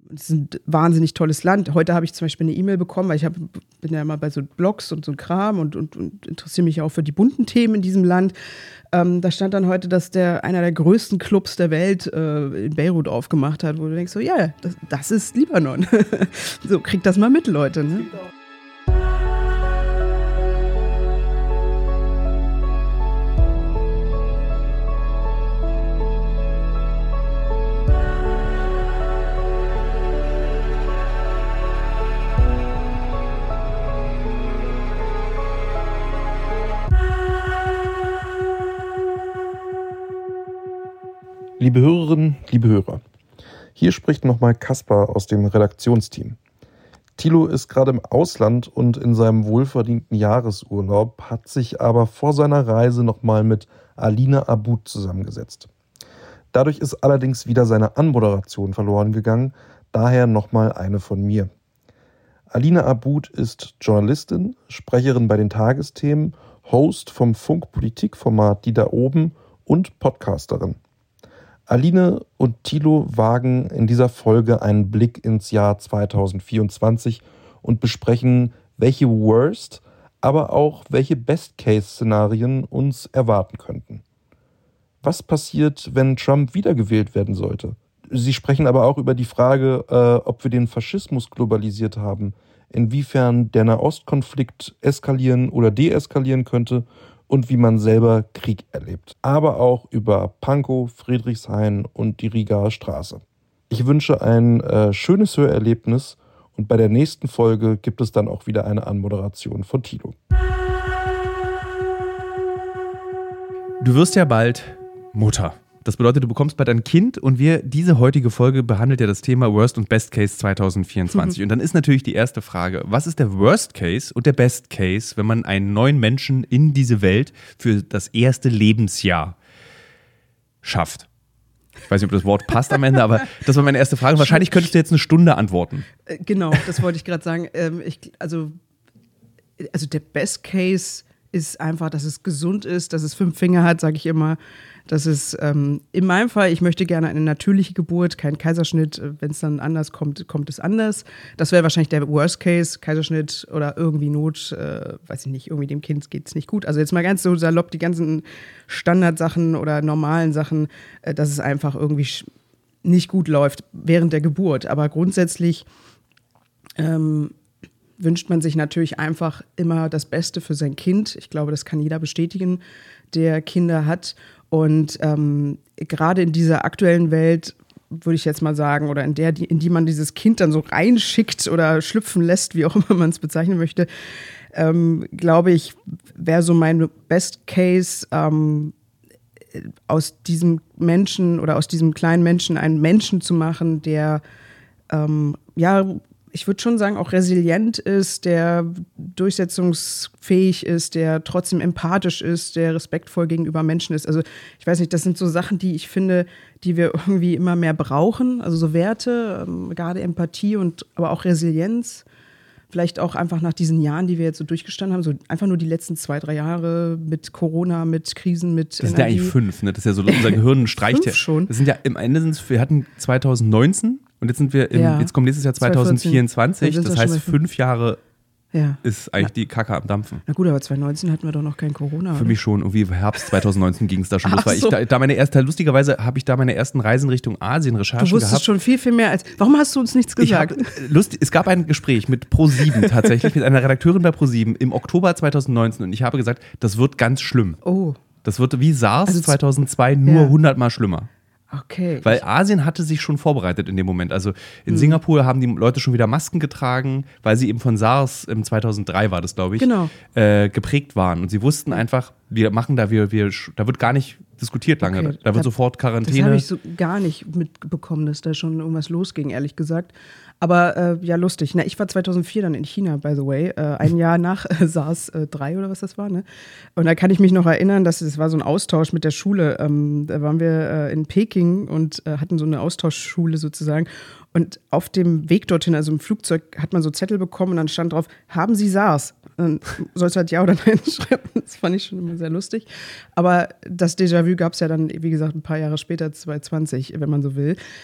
Es ist ein wahnsinnig tolles Land. Heute habe ich zum Beispiel eine E-Mail bekommen, weil bin ja immer bei so Blogs und so ein Kram und interessiere mich auch für die bunten Themen in diesem Land. Da stand dann heute, dass einer der größten Clubs der Welt in Beirut aufgemacht hat, wo du denkst so, ja, das ist Libanon. So, kriegt das mal mit, Leute. Ne? Liebe Hörerinnen, liebe Hörer, hier spricht nochmal Kaspar aus dem Redaktionsteam. Thilo ist gerade im Ausland und in seinem wohlverdienten Jahresurlaub, hat sich aber vor seiner Reise nochmal mit Alina Aboud zusammengesetzt. Dadurch ist allerdings wieder seine Anmoderation verloren gegangen, daher nochmal eine von mir. Alina Aboud ist Journalistin, Sprecherin bei den Tagesthemen, Host vom Funk-Politik-Format Die da oben und Podcasterin. Aline und Thilo wagen in dieser Folge einen Blick ins Jahr 2024 und besprechen, welche Worst, aber auch welche Best-Case-Szenarien uns erwarten könnten. Was passiert, wenn Trump wiedergewählt werden sollte? Sie sprechen aber auch über die Frage, ob wir den Faschismus globalisiert haben, inwiefern der Nahostkonflikt eskalieren oder deeskalieren könnte und wie man selber Krieg erlebt. Aber auch über Pankow, Friedrichshain und die Rigaer Straße. Ich wünsche ein schönes Hörerlebnis und bei der nächsten Folge gibt es dann auch wieder eine Anmoderation von Thilo. Du wirst ja bald Mutter. Das bedeutet, du bekommst bald ein Kind und diese heutige Folge behandelt ja das Thema Worst und Best Case 2024. Und dann ist natürlich die erste Frage, was ist der Worst Case und der Best Case, wenn man einen neuen Menschen in diese Welt für das erste Lebensjahr schafft? Ich weiß nicht, ob das Wort passt am Ende, aber das war meine erste Frage. Wahrscheinlich könntest du jetzt eine Stunde antworten. Genau, das wollte ich gerade sagen. Also der Best Case ist einfach, dass es gesund ist, dass es 5 Finger hat, sage ich immer. Das ist in meinem Fall, ich möchte gerne eine natürliche Geburt, kein Kaiserschnitt. Wenn es dann anders kommt, kommt es anders. Das wäre wahrscheinlich der Worst Case, Kaiserschnitt oder irgendwie Not, weiß ich nicht, irgendwie dem Kind geht es nicht gut. Also jetzt mal ganz so salopp die ganzen Standardsachen oder normalen Sachen, dass es einfach irgendwie nicht gut läuft während der Geburt. Aber grundsätzlich wünscht man sich natürlich einfach immer das Beste für sein Kind. Ich glaube, das kann jeder bestätigen, der Kinder hat. Und gerade in dieser aktuellen Welt, würde ich jetzt mal sagen, oder in die man dieses Kind dann so reinschickt oder schlüpfen lässt, wie auch immer man es bezeichnen möchte, glaube ich, wäre so mein Best Case, aus diesem Menschen oder aus diesem kleinen Menschen einen Menschen zu machen, der ich würde schon sagen, auch resilient ist, der durchsetzungsfähig ist, der trotzdem empathisch ist, der respektvoll gegenüber Menschen ist. Also ich weiß nicht, das sind so Sachen, die ich finde, die wir irgendwie immer mehr brauchen. Also so Werte, gerade Empathie aber auch Resilienz. Vielleicht auch einfach nach diesen Jahren, die wir jetzt so durchgestanden haben, so einfach nur die letzten 2-3 Jahre mit Corona, mit Krisen, mit Das sind ja eigentlich 5, ne? Das ist ja so, unser Gehirn streicht ja. Schon. Das sind ja im Ende wir hatten 2019 und jetzt sind wir jetzt kommt nächstes Jahr 2024. Das heißt 5 Jahre ist eigentlich die Kacke am Dampfen. Na gut, aber 2019 hatten wir doch noch kein Corona. Für mich schon. Irgendwie Herbst 2019 ging es da schon los. Lustigerweise habe ich da meine ersten Reisen Richtung Asien-Recherchen gehabt. Du wusstest schon viel mehr als. Warum hast du uns nichts gesagt? Es gab ein Gespräch mit Pro7 tatsächlich, mit einer Redakteurin bei Pro7 im Oktober 2019 und ich habe gesagt, das wird ganz schlimm. Oh. Das wird wie SARS 2002, nur 100-mal schlimmer. Okay. Weil Asien hatte sich schon vorbereitet in dem Moment. Also in Singapur haben die Leute schon wieder Masken getragen, weil sie eben von SARS im 2003 war das, glaube ich, geprägt waren. Und sie wussten einfach, wir machen da wird gar nicht diskutiert lange. Okay. Da wird sofort Quarantäne. Das habe ich so gar nicht mitbekommen, dass da schon irgendwas losging, ehrlich gesagt. Aber lustig. Na, ich war 2004 dann in China, by the way, ein Jahr nach SARS 3 oder was das war. Ne? Und da kann ich mich noch erinnern, das war so ein Austausch mit der Schule. Da waren wir in Peking und hatten so eine Austauschschule sozusagen. Und auf dem Weg dorthin, also im Flugzeug, hat man so Zettel bekommen und dann stand drauf, haben Sie SARS? Dann sollst du halt ja oder nein schreiben. Das fand ich schon immer sehr lustig. Aber das Déjà-vu gab es ja dann, wie gesagt, ein paar Jahre später, 2020, wenn man so will.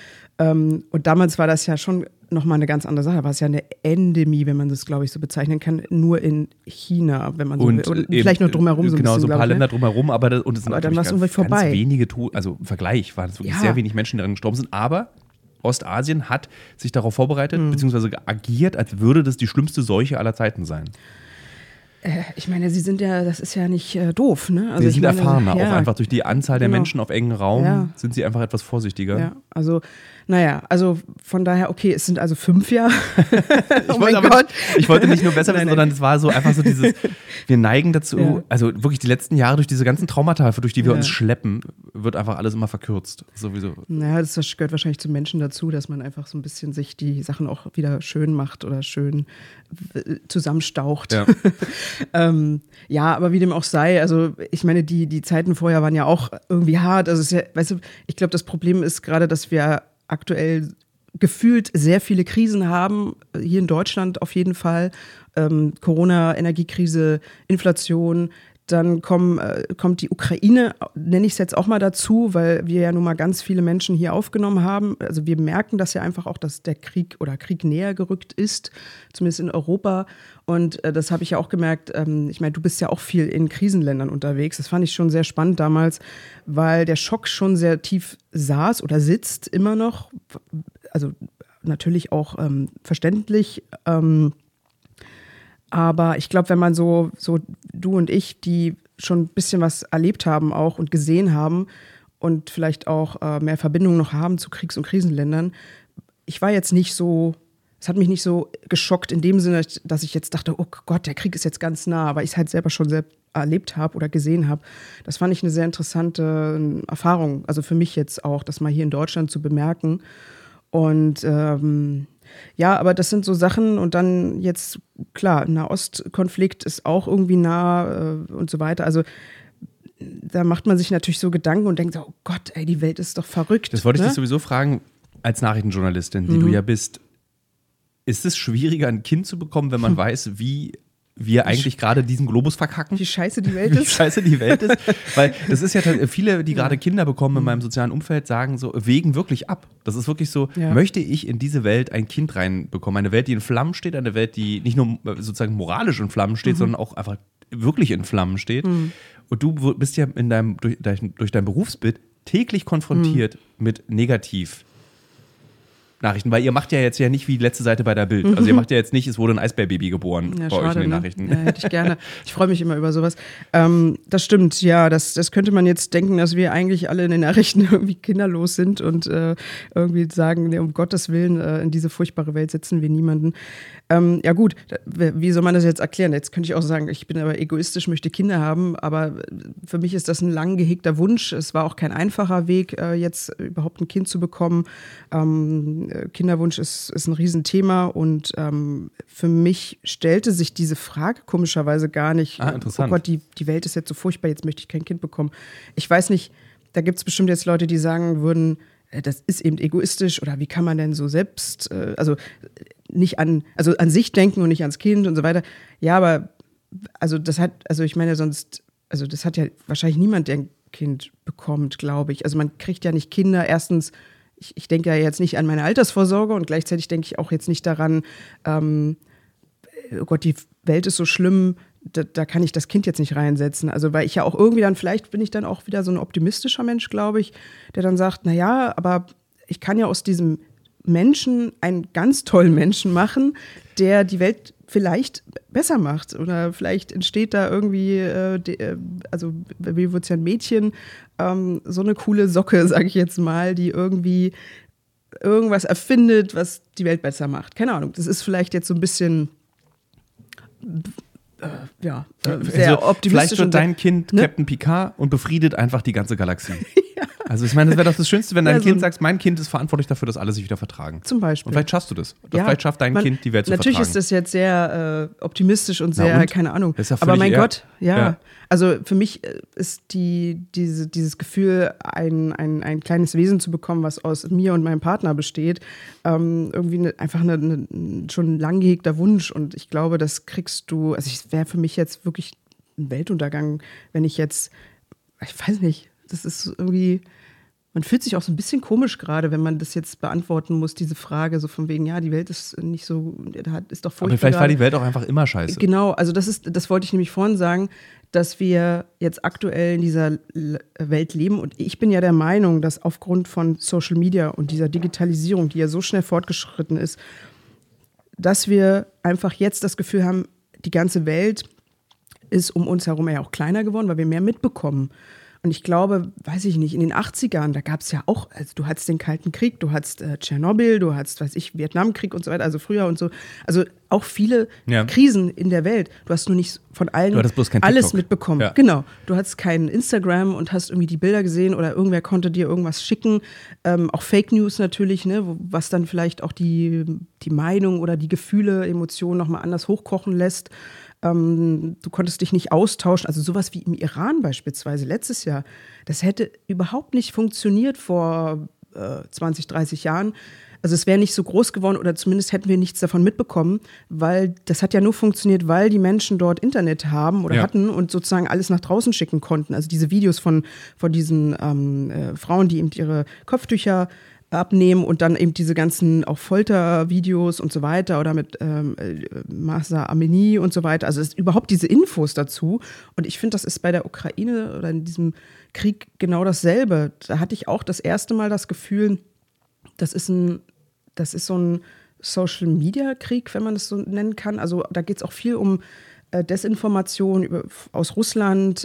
Und damals war das ja schon nochmal eine ganz andere Sache. Da war es ja eine Endemie, wenn man das, glaube ich, so bezeichnen kann, nur in China, wenn man so will. Und vielleicht noch drumherum so ein genau, bisschen, so ein paar Länder drumherum, aber es sind dann war es irgendwie ganz vorbei. wenige, also im Vergleich waren es wirklich sehr wenig Menschen, die daran gestorben sind, aber Ostasien hat sich darauf vorbereitet, beziehungsweise agiert, als würde das die schlimmste Seuche aller Zeiten sein. Ich meine, sie sind ja, das ist ja nicht doof, ne? Also sie sind erfahrener, auch einfach durch die Anzahl der Genau. Menschen auf engem Raum sind sie einfach etwas vorsichtiger. Ja, also von daher, okay, es sind also 5 Jahre. Ich wollte nicht nur besser wissen, sondern es war so einfach so dieses, wir neigen dazu, also wirklich die letzten Jahre durch diese ganzen Traumata, durch die wir uns schleppen, wird einfach alles immer verkürzt, sowieso. Naja, das gehört wahrscheinlich zum Menschen dazu, dass man einfach so ein bisschen sich die Sachen auch wieder schön macht oder schön zusammenstaucht. Ja. Aber wie dem auch sei, also ich meine, die Zeiten vorher waren ja auch irgendwie hart. Also es ist ja, weißt du, ich glaube, das Problem ist gerade, dass wir aktuell gefühlt sehr viele Krisen haben, hier in Deutschland auf jeden Fall. Corona, Energiekrise, Inflation, dann kommt die Ukraine, nenne ich es jetzt auch mal dazu, weil wir ja nun mal ganz viele Menschen hier aufgenommen haben. Also wir merken das ja einfach auch, dass der Krieg näher gerückt ist, zumindest in Europa. Und das habe ich ja auch gemerkt. Ich meine, du bist ja auch viel in Krisenländern unterwegs. Das fand ich schon sehr spannend damals, weil der Schock schon sehr tief saß oder sitzt immer noch. Also natürlich auch verständlich. Aber ich glaube, wenn man so du und ich, die schon ein bisschen was erlebt haben auch und gesehen haben und vielleicht auch mehr Verbindungen noch haben zu Kriegs- und Krisenländern, ich war jetzt nicht so, es hat mich nicht so geschockt in dem Sinne, dass ich jetzt dachte, oh Gott, der Krieg ist jetzt ganz nah, weil ich es halt selber schon sehr erlebt habe oder gesehen habe. Das fand ich eine sehr interessante Erfahrung, also für mich jetzt auch, das mal hier in Deutschland zu bemerken. Und aber das sind so Sachen und dann jetzt, klar, Nahostkonflikt ist auch irgendwie nah und so weiter. Also da macht man sich natürlich so Gedanken und denkt so, oh Gott, ey, die Welt ist doch verrückt. Das wollte ich dich sowieso fragen, als Nachrichtenjournalistin, die du ja bist. Ist es schwieriger, ein Kind zu bekommen, wenn man weiß, wie wir eigentlich gerade diesen Globus verkacken? Wie scheiße die Welt ist. Wie scheiße die Welt ist. Weil das ist ja viele, die gerade Kinder bekommen in meinem sozialen Umfeld, sagen so, wägen wirklich ab. Das ist wirklich so, möchte ich in diese Welt ein Kind reinbekommen? Eine Welt, die in Flammen steht, eine Welt, die nicht nur sozusagen moralisch in Flammen steht, sondern auch einfach wirklich in Flammen steht. Und du bist ja durch dein Berufsbild täglich konfrontiert mit Negativ. Nachrichten, weil ihr macht ja jetzt ja nicht wie die letzte Seite bei der Bild. Also ihr macht ja jetzt nicht, es wurde ein Eisbärbaby geboren bei euch in den Nachrichten. Ja, hätte ich gerne. Ich freue mich immer über sowas. Das stimmt, ja, das könnte man jetzt denken, dass wir eigentlich alle in den Nachrichten irgendwie kinderlos sind und irgendwie sagen, nee, um Gottes Willen, in diese furchtbare Welt setzen wir niemanden. Ja gut, wie soll man das jetzt erklären? Jetzt könnte ich auch sagen, ich bin aber egoistisch, möchte Kinder haben, aber für mich ist das ein lang gehegter Wunsch. Es war auch kein einfacher Weg, jetzt überhaupt ein Kind zu bekommen. Kinderwunsch ist ein Riesenthema und für mich stellte sich diese Frage komischerweise gar nicht. Interessant. Oh Gott, die Welt ist jetzt so furchtbar, jetzt möchte ich kein Kind bekommen. Ich weiß nicht, da gibt es bestimmt jetzt Leute, die sagen würden, das ist eben egoistisch oder wie kann man denn so selbst, nicht an sich denken und nicht ans Kind und so weiter. Ja, aber das hat ja wahrscheinlich niemand, der ein Kind bekommt, glaube ich. Also man kriegt ja nicht Kinder. Erstens, ich denke ja jetzt nicht an meine Altersvorsorge und gleichzeitig denke ich auch jetzt nicht daran, oh Gott, die Welt ist so schlimm, da kann ich das Kind jetzt nicht reinsetzen. Also weil ich ja auch irgendwie dann, vielleicht bin ich dann auch wieder so ein optimistischer Mensch, glaube ich, der dann sagt, naja, aber ich kann ja aus diesem Menschen einen ganz tollen Menschen machen, der die Welt vielleicht besser macht. Oder vielleicht entsteht da irgendwie, wie wird es ja ein Mädchen, so eine coole Socke, sage ich jetzt mal, die irgendwie irgendwas erfindet, was die Welt besser macht. Keine Ahnung, das ist vielleicht jetzt so ein bisschen sehr optimistisch. Vielleicht wird dein Kind Captain Picard und befriedet einfach die ganze Galaxie. Ja. Also ich meine, das wäre doch das Schönste, wenn dein Kind sagt, mein Kind ist verantwortlich dafür, dass alle sich wieder vertragen. Zum Beispiel. Und vielleicht schaffst du das. Vielleicht schafft dein Kind, die Welt zu vertragen. Natürlich ist das jetzt sehr optimistisch und sehr, keine Ahnung. Das ist ja aber mein Gott, ja. Also für mich ist dieses Gefühl, ein kleines Wesen zu bekommen, was aus mir und meinem Partner besteht, irgendwie einfach schon ein lang gehegter Wunsch. Und ich glaube, das kriegst du, also es wäre für mich jetzt wirklich ein Weltuntergang, wenn ich weiß nicht, das ist irgendwie, Man fühlt sich auch so ein bisschen komisch gerade, wenn man das jetzt beantworten muss, diese Frage, so von wegen, ja, die Welt ist nicht so, ist doch furchtbar. Aber vielleicht war die Welt auch einfach immer scheiße. Genau, also das wollte ich nämlich vorhin sagen, dass wir jetzt aktuell in dieser Welt leben. Und ich bin ja der Meinung, dass aufgrund von Social Media und dieser Digitalisierung, die ja so schnell fortgeschritten ist, dass wir einfach jetzt das Gefühl haben, die ganze Welt ist um uns herum ja auch kleiner geworden, weil wir mehr mitbekommen. Und ich glaube, weiß ich nicht, in den 80ern, da gab es ja auch, also du hattest den Kalten Krieg, du hattest Tschernobyl, du hattest, Vietnamkrieg und so weiter, also früher und so. Also auch viele Krisen in der Welt. Du hast nur nicht von allen alles mitbekommen. Ja. Genau. Du hattest kein Instagram und hast irgendwie die Bilder gesehen oder irgendwer konnte dir irgendwas schicken. Auch Fake News natürlich, ne, was dann vielleicht auch die Meinung oder die Gefühle, Emotionen nochmal anders hochkochen lässt. Du konntest dich nicht austauschen, also sowas wie im Iran beispielsweise letztes Jahr, das hätte überhaupt nicht funktioniert vor 20, 30 Jahren. Also es wäre nicht so groß geworden oder zumindest hätten wir nichts davon mitbekommen, weil das hat ja nur funktioniert, weil die Menschen dort Internet haben oder hatten und sozusagen alles nach draußen schicken konnten. Also diese Videos von diesen Frauen, die eben ihre Kopftücher abnehmen und dann eben diese ganzen auch Foltervideos und so weiter oder mit Mahsa Amini und so weiter. Also es ist überhaupt diese Infos dazu. Und ich finde, das ist bei der Ukraine oder in diesem Krieg genau dasselbe. Da hatte ich auch das erste Mal das Gefühl, das ist so ein Social-Media-Krieg, wenn man das so nennen kann. Also da geht es auch viel um Desinformation aus Russland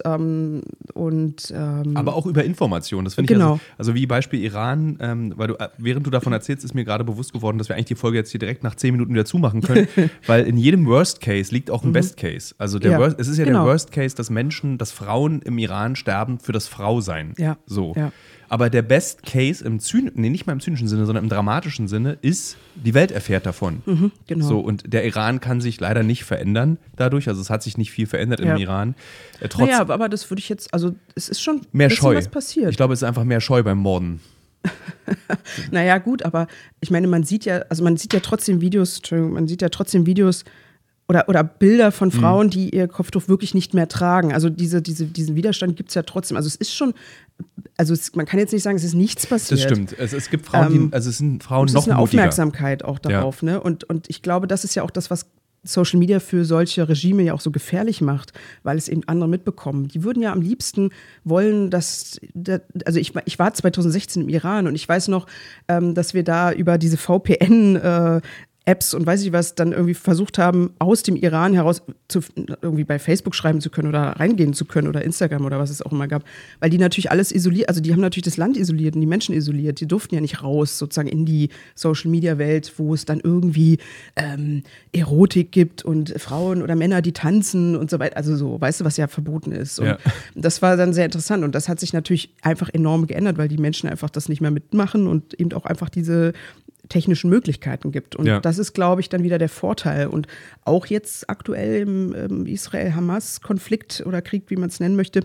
und aber auch über Information, das finde ich also wie Beispiel Iran, weil während du davon erzählst, ist mir gerade bewusst geworden, dass wir eigentlich die Folge jetzt hier direkt nach 10 Minuten wieder zumachen können, weil in jedem Worst Case liegt auch ein Best Case. Also es ist ja der Worst Case, dass Frauen im Iran sterben für das Frausein. Ja. So. Ja. Aber der Best Case nicht mal im zynischen Sinne, sondern im dramatischen Sinne ist, die Welt erfährt davon. Genau. So, und der Iran kann sich leider nicht verändern dadurch. Also es hat sich nicht viel verändert im Iran. Naja, aber das würde ich jetzt, also es ist schon mehr Scheu. Was passiert. Ich glaube, es ist einfach mehr Scheu beim Morden. Naja, gut, aber ich meine, man sieht ja trotzdem Videos oder Bilder von Frauen, die ihr Kopftuch wirklich nicht mehr tragen. Also diesen Widerstand gibt es ja trotzdem. Also es ist schon, man kann jetzt nicht sagen, es ist nichts passiert. Das stimmt. Es gibt Frauen, es sind Frauen noch mutiger. Es ist eine Aufmerksamkeit auch darauf. Ja. Ne? Und ich glaube, das ist ja auch das, was Social Media für solche Regime ja auch so gefährlich macht, weil es eben andere mitbekommen. Die würden ja am liebsten wollen, also ich war 2016 im Iran und ich weiß noch, dass wir da über diese VPN Apps und weiß ich was, dann irgendwie versucht haben, aus dem Iran heraus irgendwie bei Facebook schreiben zu können oder reingehen zu können oder Instagram oder was es auch immer gab. Weil die natürlich alles isoliert, also die haben natürlich das Land isoliert und die Menschen isoliert. Die durften ja nicht raus sozusagen in die Social-Media-Welt, wo es dann irgendwie Erotik gibt und Frauen oder Männer, die tanzen und so weiter. Also so, weißt du, was ja verboten ist. Und das war dann sehr interessant und das hat sich natürlich einfach enorm geändert, weil die Menschen einfach das nicht mehr mitmachen und eben auch einfach diese technischen Möglichkeiten gibt. Und das ist, glaube ich, dann wieder der Vorteil. Und auch jetzt aktuell im Israel-Hamas-Konflikt oder Krieg, wie man es nennen möchte,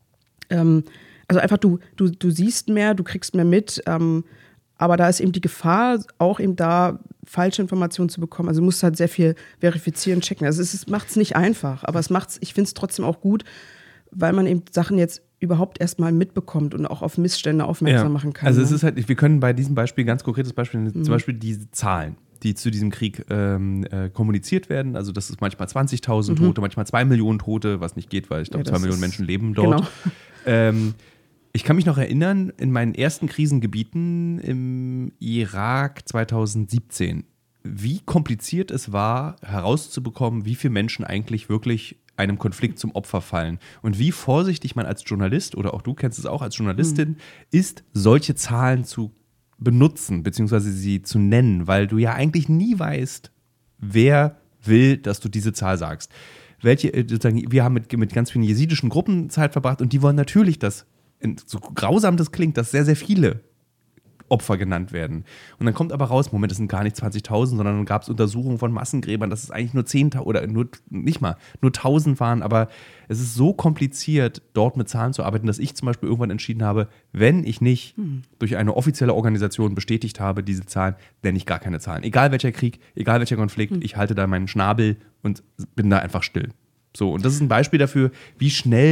also einfach du siehst mehr, du kriegst mehr mit, aber da ist eben die Gefahr, auch eben da falsche Informationen zu bekommen. Also du musst halt sehr viel verifizieren, checken. Also es macht es nicht einfach, aber ich finde es trotzdem auch gut, weil man eben Sachen jetzt überhaupt erstmal mitbekommt und auch auf Missstände aufmerksam machen kann. Also es ist halt, wir können bei diesem Beispiel, ganz konkretes Beispiel, zum Beispiel diese Zahlen, die zu diesem Krieg kommuniziert werden. Also das ist manchmal 20.000 Tote, manchmal 2 Millionen Tote, was nicht geht, weil ich glaube 2 Millionen Menschen leben dort. Genau. Ich kann mich noch erinnern, in meinen ersten Krisengebieten im Irak 2017, wie kompliziert es war, herauszubekommen, wie viele Menschen eigentlich wirklich einem Konflikt zum Opfer fallen. Und wie vorsichtig man als Journalist, oder auch du kennst es auch als Journalistin, ist, solche Zahlen zu benutzen, beziehungsweise sie zu nennen, weil du ja eigentlich nie weißt, wer will, dass du diese Zahl sagst. Wir haben mit ganz vielen jesidischen Gruppen Zeit verbracht und die wollen natürlich, dass, so grausam das klingt, dass sehr, sehr viele Opfer genannt werden. Und dann kommt aber raus, Moment, das sind gar nicht 20.000, sondern dann gab es Untersuchungen von Massengräbern, dass es eigentlich nur 10.000 oder nur 1.000 waren, aber es ist so kompliziert, dort mit Zahlen zu arbeiten, dass ich zum Beispiel irgendwann entschieden habe, wenn ich nicht durch eine offizielle Organisation bestätigt habe, diese Zahlen, nenne ich gar keine Zahlen. Egal welcher Krieg, egal welcher Konflikt, ich halte da meinen Schnabel und bin da einfach still. So, und das ist ein Beispiel dafür, wie schnell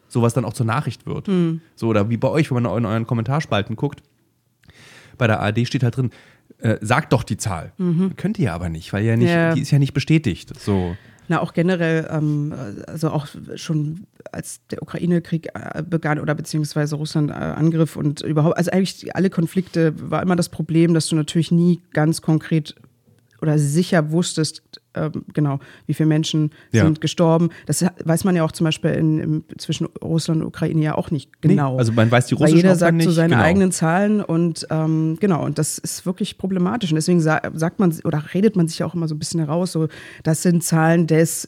sowas dann auch zur Nachricht wird. So, oder wie bei euch, wenn man in euren Kommentarspalten guckt. Bei der ARD steht halt drin, sagt doch die Zahl. Könnt ihr aber nicht, weil die ist ja nicht bestätigt. So. Na, auch generell, also auch schon als der Ukraine-Krieg begann oder beziehungsweise Russland Angriff und überhaupt, also eigentlich alle Konflikte war immer das Problem, dass du natürlich nie ganz konkret oder sicher wusstest, genau, wie viele Menschen sind gestorben. Das weiß man ja auch zum Beispiel zwischen Russland und Ukraine ja auch nicht genau. Nee, also man weiß die russischen Weil jeder sagt nicht, so seine genau. eigenen Zahlen und genau, und das ist wirklich problematisch. Und deswegen sagt man oder redet man sich ja auch immer so ein bisschen heraus, so, das sind Zahlen des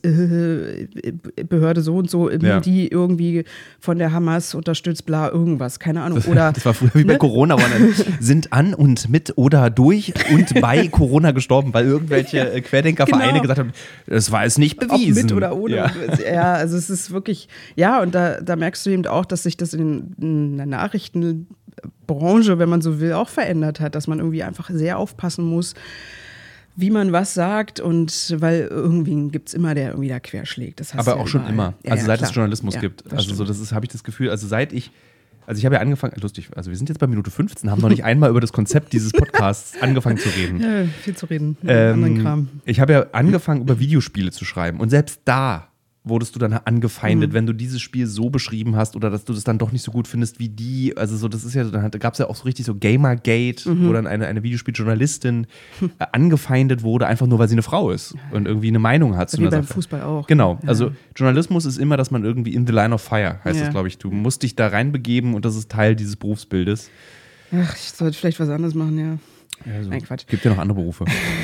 Behörde so und so, die irgendwie von der Hamas unterstützt, bla, irgendwas, keine Ahnung. Oder, das war früher wie bei Corona, wo dann sind an und mit oder durch und bei Corona gestorben, weil irgendwelche Querdenkervereine gesagt haben, das war es nicht bewiesen. Ob mit oder ohne. Ja, also es ist wirklich, ja, und da merkst du eben auch, dass sich das in der Nachrichtenbranche, wenn man so will, auch verändert hat, dass man irgendwie einfach sehr aufpassen muss, wie man was sagt, und weil irgendwie gibt es immer der irgendwie da querschlägt. Das aber auch schon immer. Also seit es Journalismus ja, gibt. Also so, habe ich das Gefühl, also ich habe ja angefangen, lustig, also wir sind jetzt bei Minute 15, haben noch nicht einmal über das Konzept dieses Podcasts angefangen zu reden. Ja, viel zu reden. Anderen Kram. Ich habe ja angefangen, über Videospiele zu schreiben, und selbst da wurdest du dann angefeindet, wenn du dieses Spiel so beschrieben hast oder dass du das dann doch nicht so gut findest wie die. Also so, das ist ja, dann gab es ja auch so richtig so Gamergate, wo dann eine Videospieljournalistin angefeindet wurde, einfach nur, weil sie eine Frau ist und irgendwie eine Meinung hat. Wie beim Fußball auch. Genau, also Journalismus ist immer, dass man irgendwie in the line of fire, heißt das, glaube ich. Du musst dich da reinbegeben und das ist Teil dieses Berufsbildes. Ach, ich sollte vielleicht was anderes machen, ja. Also, nein, Quatsch. Gibt ja noch andere Berufe.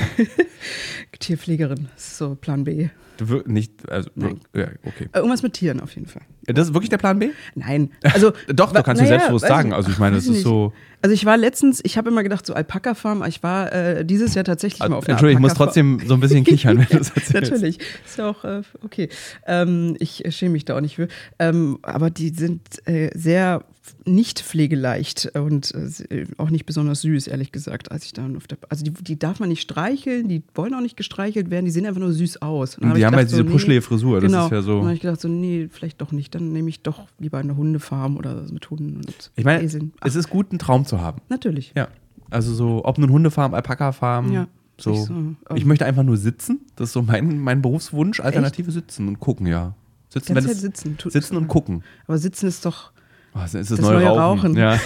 Tierpflegerin, das ist so Plan B. Nicht, also, ja, okay. Irgendwas mit Tieren auf jeden Fall. Das ist wirklich der Plan B? Nein. Also, doch, du kannst dir selbstbewusst sagen. Also ich meine, das ist so. Also ich war letztens, ich habe immer gedacht, so Alpaka-Farm, ich war dieses Jahr tatsächlich mal auf einer Entschuldigung, ich muss trotzdem so ein bisschen kichern, wenn du das erzählst. Natürlich, ist ja auch okay. Ich schäme mich da auch nicht für. Aber die sind sehr nicht pflegeleicht und auch nicht besonders süß, ehrlich gesagt. Also die darf man nicht streicheln, die wollen auch nicht gestreichelt werden, die sehen einfach nur süß aus. Und die haben halt diese puschelige Frisur, das ist ja so. Und dann habe ich gedacht, so, nee, vielleicht doch nicht, dann nehme ich doch lieber eine Hundefarm oder mit Hunden und ich meine, Eseln. Es ist gut, einen Traum zu haben. Natürlich. Ja, also so, ob nun Hundefarm, Alpaka-Farm, ja. so. Ich möchte einfach nur sitzen, das ist so mein Berufswunsch, Alternative sitzen und gucken, ja. Sitzen und gucken. Aber sitzen ist doch ist das neue Rauchen. Ja.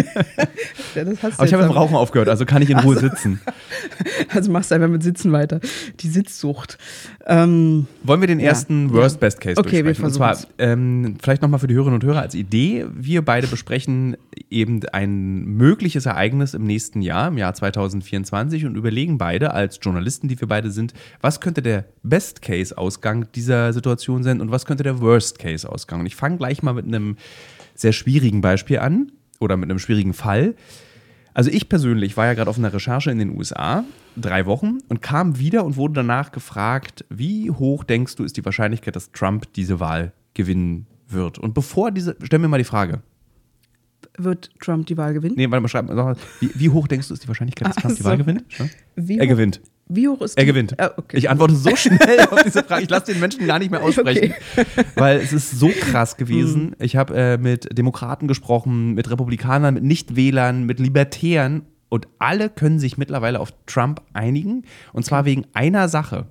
Aber ich habe mit dem Rauchen aufgehört, also kann ich in Ruhe sitzen. Also machst du einfach mit Sitzen weiter. Die Sitzsucht. Wollen wir den ersten Worst-Best-Case durchsprechen? Wir und zwar vielleicht nochmal für die Hörerinnen und Hörer als Idee. Wir beide besprechen eben ein mögliches Ereignis im nächsten Jahr, im Jahr 2024, und überlegen beide als Journalisten, die wir beide sind, was könnte der Best-Case-Ausgang dieser Situation sein und was könnte der Worst-Case-Ausgang. Und ich fange gleich mal mit einem sehr schwierigen Beispiel an oder mit einem schwierigen Fall. Also ich persönlich war ja gerade auf einer Recherche in den USA, 3 Wochen, und kam wieder und wurde danach gefragt, wie hoch denkst du ist die Wahrscheinlichkeit, dass Trump diese Wahl gewinnen wird? Und stell mir mal die Frage. Wird Trump die Wahl gewinnen? Nee, warte mal, wie hoch denkst du ist die Wahrscheinlichkeit, dass Trump die Wahl gewinnt? Er gewinnt. Wie hoch ist Er gewinnt. Okay. Ich antworte so schnell auf diese Frage. Ich lasse den Menschen gar nicht mehr aussprechen. Okay. Weil es ist so krass gewesen. Ich habe mit Demokraten gesprochen, mit Republikanern, mit Nichtwählern, mit Libertären. Und alle können sich mittlerweile auf Trump einigen. Und zwar wegen einer Sache.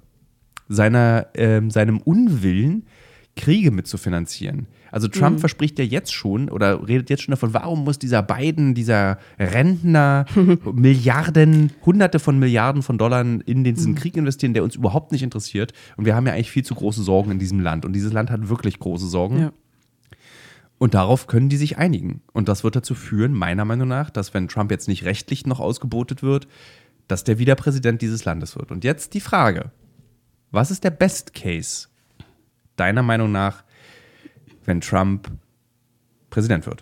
Seinem Unwillen, Kriege mitzufinanzieren. Also Trump verspricht ja jetzt schon oder redet jetzt schon davon, warum muss dieser Biden, dieser Rentner Hunderte von Milliarden von Dollar in diesen Krieg investieren, der uns überhaupt nicht interessiert. Und wir haben ja eigentlich viel zu große Sorgen in diesem Land. Und dieses Land hat wirklich große Sorgen. Ja. Und darauf können die sich einigen. Und das wird dazu führen, meiner Meinung nach, dass wenn Trump jetzt nicht rechtlich noch ausgebotet wird, dass der wieder Präsident dieses Landes wird. Und jetzt die Frage, was ist der Best Case deiner Meinung nach, wenn Trump Präsident wird?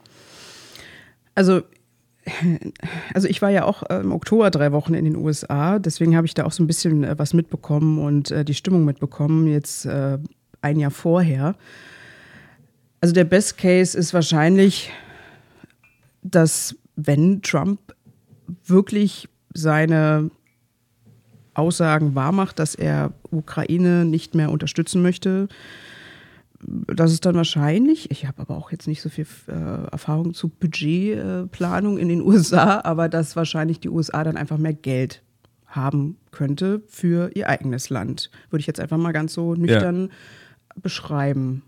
Also ich war ja auch im Oktober 3 Wochen in den USA, deswegen habe ich da auch so ein bisschen was mitbekommen und die Stimmung mitbekommen, jetzt ein Jahr vorher. Also der Best Case ist wahrscheinlich, dass wenn Trump wirklich seine Aussagen wahrmacht, dass er Ukraine nicht mehr unterstützen möchte, das ist dann wahrscheinlich, ich habe aber auch jetzt nicht so viel Erfahrung zu Budgetplanung in den USA, aber dass wahrscheinlich die USA dann einfach mehr Geld haben könnte für ihr eigenes Land. Würde ich jetzt einfach mal ganz so nüchtern beschreiben.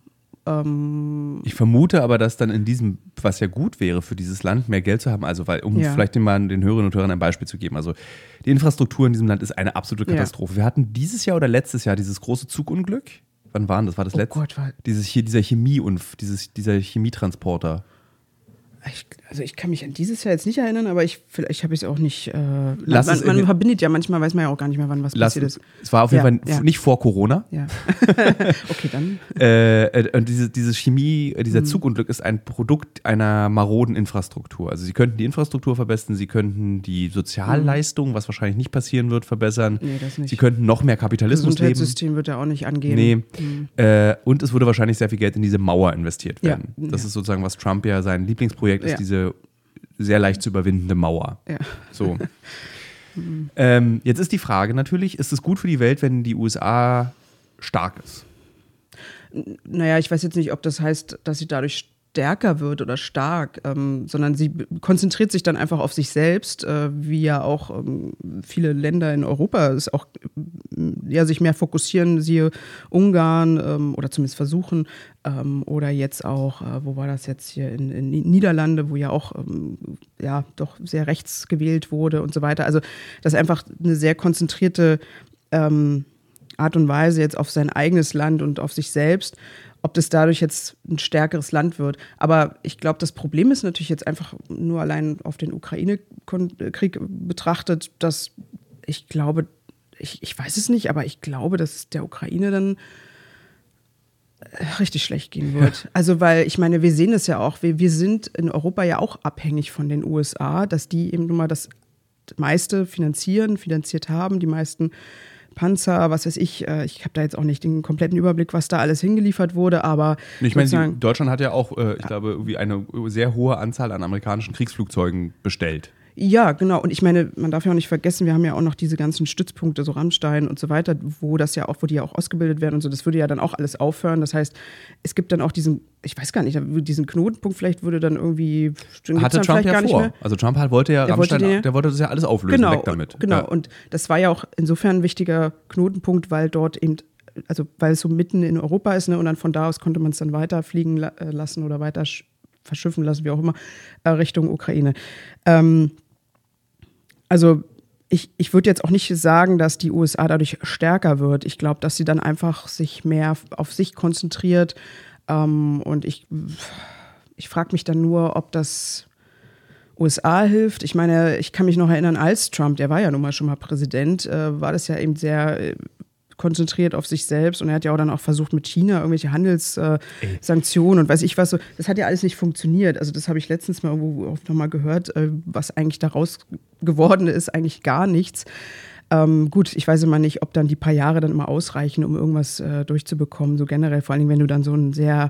Ich vermute aber, dass dann in diesem, was ja gut wäre für dieses Land, mehr Geld zu haben, also weil, vielleicht mal den Hörerinnen und Hörern ein Beispiel zu geben, also die Infrastruktur in diesem Land ist eine absolute Katastrophe. Wir hatten dieses Jahr oder letztes Jahr dieses große Zugunglück. Wann war das? War das letzte? Gott, dieser Chemietransporter. Ich kann mich an dieses Jahr jetzt nicht erinnern, aber vielleicht habe ich es auch nicht. Man verbindet ja manchmal, weiß man ja auch gar nicht mehr, wann was passiert ist. Es war auf jeden Fall nicht vor Corona. Ja. Okay, dann. Und dieser Zugunglück ist ein Produkt einer maroden Infrastruktur. Also sie könnten die Infrastruktur verbessern, sie könnten die Sozialleistung, was wahrscheinlich nicht passieren wird, verbessern. Nee, das nicht. Sie könnten noch mehr Kapitalismus leben. Das Gesundheitssystem wird ja auch nicht angehen. Nee. Und es würde wahrscheinlich sehr viel Geld in diese Mauer investiert werden. Ja. Das ist sozusagen, was Trump ja sein Lieblingsprojekt ist, diese sehr leicht zu überwindende Mauer. Ja. So. Jetzt ist die Frage natürlich, ist es gut für die Welt, wenn die USA stark ist? Naja, ich weiß jetzt nicht, ob das heißt, dass sie dadurch stärker wird oder stark, sondern sie konzentriert sich dann einfach auf sich selbst, wie ja auch viele Länder in Europa es auch sich mehr fokussieren, siehe Ungarn oder zumindest versuchen, oder jetzt auch, wo war das jetzt hier in Niederlande, wo ja auch doch sehr rechts gewählt wurde und so weiter. Also das ist einfach eine sehr konzentrierte Art und Weise jetzt auf sein eigenes Land und auf sich selbst. Ob das dadurch jetzt ein stärkeres Land wird. Aber ich glaube, das Problem ist natürlich jetzt einfach nur allein auf den Ukraine-Krieg betrachtet, dass ich glaube, ich weiß es nicht, aber ich glaube, dass es der Ukraine dann richtig schlecht gehen wird. Also, weil ich meine, wir sehen es ja auch, wir sind in Europa ja auch abhängig von den USA, dass die eben nun mal das meiste finanziert haben, die meisten Panzer, was weiß ich habe da jetzt auch nicht den kompletten Überblick, was da alles hingeliefert wurde, aber ich meine, Deutschland hat ja auch, ich glaube, irgendwie eine sehr hohe Anzahl an amerikanischen Kriegsflugzeugen bestellt. Ja, genau. Und ich meine, man darf ja auch nicht vergessen, wir haben ja auch noch diese ganzen Stützpunkte, so Rammstein und so weiter, wo die ja auch ausgebildet werden und so. Das würde ja dann auch alles aufhören. Das heißt, es gibt dann auch diesen Knotenpunkt, vielleicht würde dann irgendwie. Hatte dann Trump ja vor. Also Trump wollte ja Rammstein, der wollte das ja alles auflösen, weg damit. Genau. Ja. Und das war ja auch insofern ein wichtiger Knotenpunkt, weil dort eben, also weil es so mitten in Europa ist, ne, und dann von da aus konnte man es dann weiter fliegen lassen oder weiter verschiffen lassen, wie auch immer, Richtung Ukraine. Also ich würde jetzt auch nicht sagen, dass die USA dadurch stärker wird. Ich glaube, dass sie dann einfach sich mehr auf sich konzentriert. Und ich frage mich dann nur, ob das USA hilft. Ich meine, ich kann mich noch erinnern, als Trump, der war ja nun mal schon mal Präsident, war das ja eben sehr konzentriert auf sich selbst und er hat ja auch dann auch versucht mit China irgendwelche Handelssanktionen und weiß ich was so. Das hat ja alles nicht funktioniert. Also das habe ich letztens mal irgendwo auch nochmal gehört, was eigentlich daraus geworden ist, eigentlich gar nichts. Gut, ich weiß immer nicht, ob dann die paar Jahre dann immer ausreichen, um irgendwas durchzubekommen, so generell, vor allem wenn du dann so ein sehr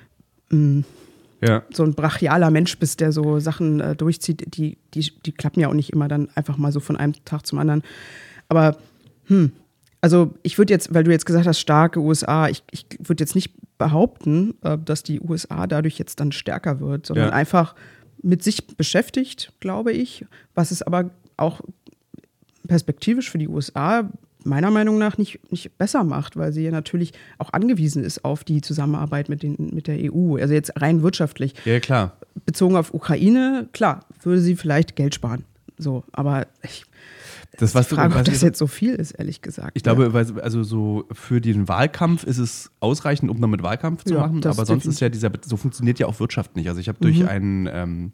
so ein brachialer Mensch bist, der so Sachen durchzieht, die klappen ja auch nicht immer dann einfach mal so von einem Tag zum anderen. Aber also ich würde jetzt, weil du jetzt gesagt hast, starke USA, ich würde jetzt nicht behaupten, dass die USA dadurch jetzt dann stärker wird, sondern einfach mit sich beschäftigt, glaube ich, was es aber auch perspektivisch für die USA meiner Meinung nach nicht besser macht, weil sie ja natürlich auch angewiesen ist auf die Zusammenarbeit mit der EU, also jetzt rein wirtschaftlich. Ja, klar. Bezogen auf Ukraine, klar, würde sie vielleicht Geld sparen, so, aber ich frage, ob das jetzt so viel ist, ehrlich gesagt. Ich glaube, also so für den Wahlkampf ist es ausreichend, um damit Wahlkampf zu machen, aber sonst ist ja so funktioniert ja auch Wirtschaft nicht. Also ich habe durch einen ein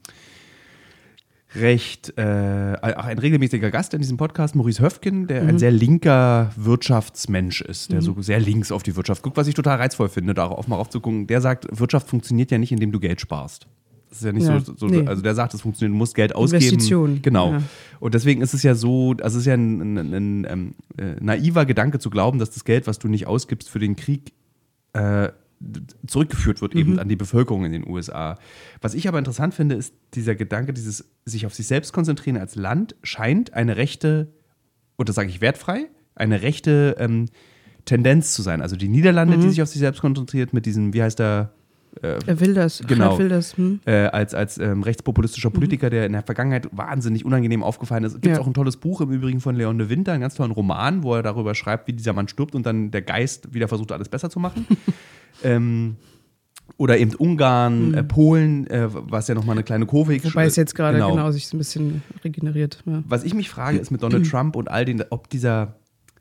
regelmäßiger Gast in diesem Podcast, Maurice Höfgen, der ein sehr linker Wirtschaftsmensch ist, der so sehr links auf die Wirtschaft guckt, was ich total reizvoll finde, darauf mal raufzugucken. Der sagt, Wirtschaft funktioniert ja nicht, indem du Geld sparst. Das ist ja nicht nee. Also der sagt, es funktioniert, du musst Geld ausgeben. Investition. Genau. Ja. Und deswegen ist es ja so, also es ist ja ein naiver Gedanke zu glauben, dass das Geld, was du nicht ausgibst für den Krieg, zurückgeführt wird eben an die Bevölkerung in den USA. Was ich aber interessant finde, ist dieser Gedanke, dieses sich auf sich selbst konzentrieren als Land scheint eine rechte, und das sage ich wertfrei, eine rechte Tendenz zu sein. Also die Niederlande, die sich auf sich selbst konzentriert mit diesem, wie heißt der? Wilders. Genau. Wilders. Als rechtspopulistischer Politiker, der in der Vergangenheit wahnsinnig unangenehm aufgefallen ist. Es gibt auch ein tolles Buch im Übrigen von Leon de Winter, einen ganz tollen Roman, wo er darüber schreibt, wie dieser Mann stirbt und dann der Geist wieder versucht, alles besser zu machen. Oder eben Ungarn, Polen, was ja nochmal eine kleine Kurve. Wobei es jetzt gerade genau sich so ein bisschen regeneriert. Ja. Was ich mich frage, ist mit Donald Trump und all den, ob dieser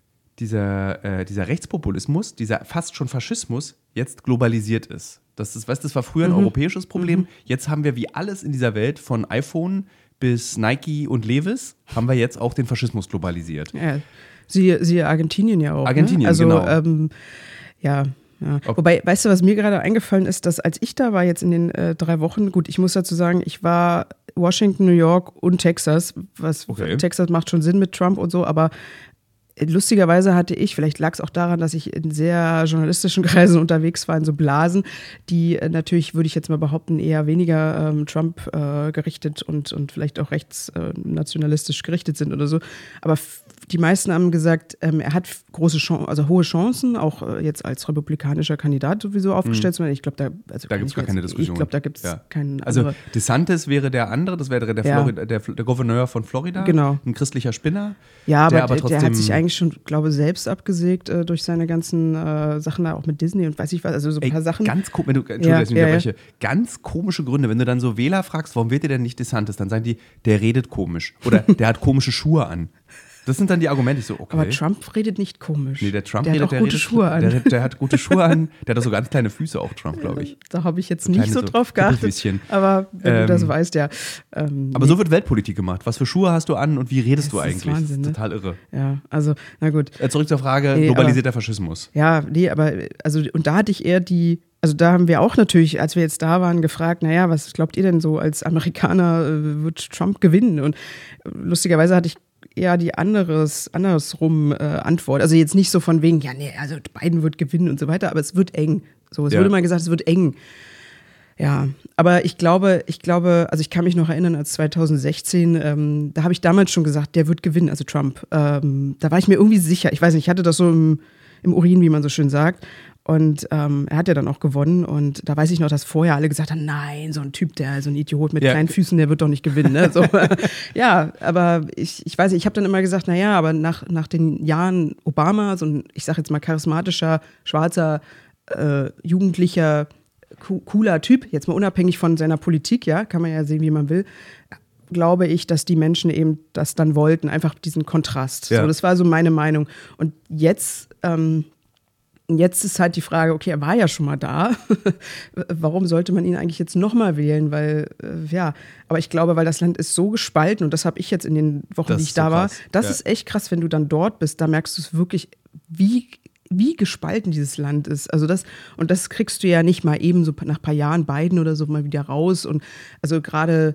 Rechtspopulismus, dieser fast schon Faschismus jetzt globalisiert ist. Das war früher ein europäisches Problem. Jetzt haben wir wie alles in dieser Welt von iPhone bis Nike und Levi's, haben wir jetzt auch den Faschismus globalisiert. Ja. Siehe Argentinien ja auch. Argentinien, ne? Also, genau. Ja. Wobei, weißt du, was mir gerade eingefallen ist, dass als ich da war jetzt in den 3 Wochen, gut, ich muss dazu sagen, ich war Washington, New York und Texas, Texas macht schon Sinn mit Trump und so, aber lustigerweise hatte ich, vielleicht lag es auch daran, dass ich in sehr journalistischen Kreisen unterwegs war, in so Blasen, die natürlich, würde ich jetzt mal behaupten, eher weniger Trump gerichtet und vielleicht auch rechtsnationalistisch gerichtet sind oder so. Aber die meisten haben gesagt, er hat große Chancen, also hohe Chancen, auch jetzt als republikanischer Kandidat sowieso aufgestellt zu werden. Ich glaube, da gibt es gar keine Diskussion. Ich glaube, da gibt es keinen. Also DeSantis wäre der andere, das wäre der Gouverneur von Florida, genau. Ein christlicher Spinner. Ja, aber der hat sich eigentlich schon, glaube ich, selbst abgesägt durch seine ganzen Sachen da auch mit Disney und weiß ich was, also so ein paar Sachen. Ganz ganz komische Gründe. Wenn du dann so Wähler fragst, warum wählt ihr denn nicht DeSantis, dann sagen die, der redet komisch oder der hat komische Schuhe an. Das sind dann die Argumente. Ich so, okay. Aber Trump redet nicht komisch. Nee, der Trump hat auch gute Schuhe an. Der hat gute Schuhe an. Der hat auch so ganz kleine Füße auch, Trump, glaube ich. Da habe ich jetzt nicht so drauf geachtet. Aber wenn du das weißt, ja. Aber so wird Weltpolitik gemacht. Was für Schuhe hast du an und wie redest du eigentlich? Wahnsinn, das ist total irre. Ja, also, na gut. Zurück zur Frage, globalisierter Faschismus. Ja, aber, und da hatte ich eher also da haben wir auch natürlich, als wir jetzt da waren, gefragt, naja, was glaubt ihr denn so als Amerikaner, wird Trump gewinnen? Und lustigerweise hatte ich eher die andersrum Antwort. Also jetzt nicht so von wegen, ja, nee, also Biden wird gewinnen und so weiter, aber es wird eng. So, es wurde mal gesagt, es wird eng. Ja, aber ich glaube, also ich kann mich noch erinnern, als 2016, da habe ich damals schon gesagt, der wird gewinnen, also Trump. Da war ich mir irgendwie sicher. Ich weiß nicht, ich hatte das so im Urin, wie man so schön sagt. Und er hat ja dann auch gewonnen. Und da weiß ich noch, dass vorher alle gesagt haben, nein, so ein Typ, so ein Idiot mit kleinen Füßen, der wird doch nicht gewinnen. Ne? So, ja, aber ich weiß nicht, ich habe dann immer gesagt, naja, aber nach den Jahren Obama, so ein, ich sage jetzt mal, charismatischer, schwarzer, jugendlicher, cooler Typ, jetzt mal unabhängig von seiner Politik, ja, kann man ja sehen, wie man will, glaube ich, dass die Menschen eben das dann wollten, einfach diesen Kontrast. Ja. So, das war so meine Meinung. Und jetzt ist halt die Frage, okay, er war ja schon mal da. Warum sollte man ihn eigentlich jetzt nochmal wählen? Weil, aber ich glaube, weil das Land ist so gespalten und das habe ich jetzt in den Wochen, die ich da war. Das ist echt krass, wenn du dann dort bist. Da merkst du es wirklich, wie gespalten dieses Land ist. Also das kriegst du ja nicht mal eben so nach ein paar Jahren Biden oder so mal wieder raus. Und also gerade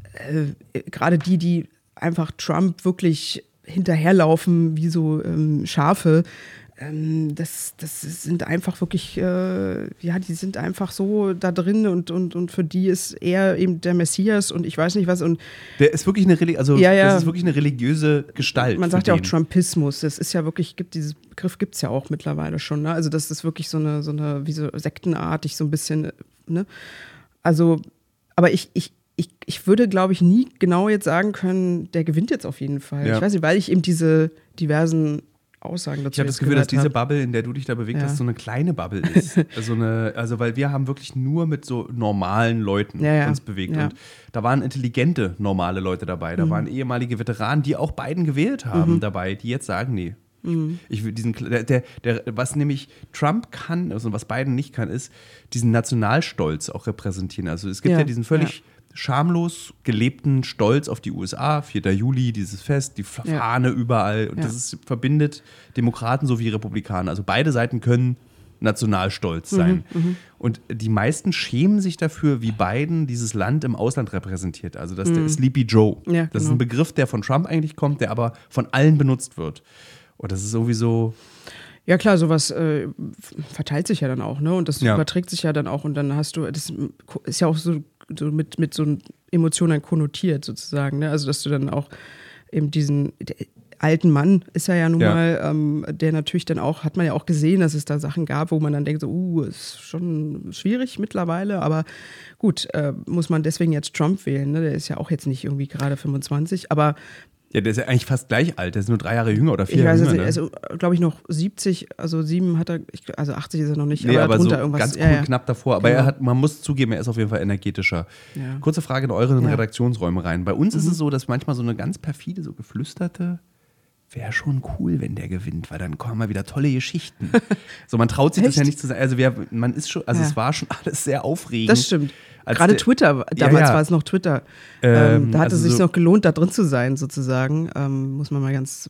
die einfach Trump wirklich hinterherlaufen wie so Schafe, das sind einfach wirklich, die sind einfach so da drin und für die ist er eben der Messias und ich weiß nicht was. Und der ist wirklich das ist wirklich eine religiöse Gestalt. Man sagt ja auch Trumpismus, das ist ja wirklich, diesen Begriff gibt es ja auch mittlerweile schon, ne? Also das ist wirklich so eine wie so sektenartig so ein bisschen, ne? Also, aber ich würde, glaube ich, nie genau jetzt sagen können, der gewinnt jetzt auf jeden Fall. Ja. Ich weiß nicht, weil ich eben diese diversen Aussagen dazu. Ich habe das Gefühl, dass diese Bubble, in der du dich da bewegt hast, so eine kleine Bubble ist. Also weil wir haben wirklich nur mit so normalen Leuten uns bewegt. Ja. Und da waren intelligente, normale Leute dabei. Da waren ehemalige Veteranen, die auch Biden gewählt haben dabei, die jetzt sagen, nee. Ich will was nämlich Trump kann, also was Biden nicht kann, ist diesen Nationalstolz auch repräsentieren. Also es gibt ja diesen völlig schamlos gelebten Stolz auf die USA, 4. Juli, dieses Fest, die Fahne überall. Und das verbindet Demokraten sowie Republikaner. Also beide Seiten können nationalstolz sein. Und die meisten schämen sich dafür, wie Biden dieses Land im Ausland repräsentiert. Also das ist der Sleepy Joe. Ja, das ist ein Begriff, der von Trump eigentlich kommt, der aber von allen benutzt wird. Und das ist sowieso... Ja klar, sowas verteilt sich ja dann auch, ne? Und das überträgt sich ja dann auch. Und dann hast du, das ist ja auch so mit so Emotionen konnotiert sozusagen, ne? Also dass du dann auch eben alten Mann ist er ja nun mal, der natürlich dann auch, hat man ja auch gesehen, dass es da Sachen gab, wo man dann denkt, so, ist schon schwierig mittlerweile, aber gut, muss man deswegen jetzt Trump wählen, ne? Der ist ja auch jetzt nicht irgendwie gerade 25, aber ja, der ist ja eigentlich fast gleich alt, der ist nur 3 Jahre jünger oder 4 Jahre jünger. Also, glaube ich, noch 70, also 7 hat er, also 80 ist er noch nicht, aber drunter so irgendwas. ganz cool knapp davor. Aber Genau. man muss zugeben, er ist auf jeden Fall energetischer. Ja. Kurze Frage in euren Redaktionsräume rein. Bei uns ist es so, dass manchmal so eine ganz perfide, so geflüsterte, wäre schon cool, wenn der gewinnt, weil dann kommen mal wieder tolle Geschichten. So, man traut sich das ja nicht zu sagen. Also man ist schon, also es war schon alles sehr aufregend. Das stimmt. Gerade Twitter, damals war es noch Twitter. Da hat es sich noch gelohnt, da drin zu sein, sozusagen. Muss man mal ganz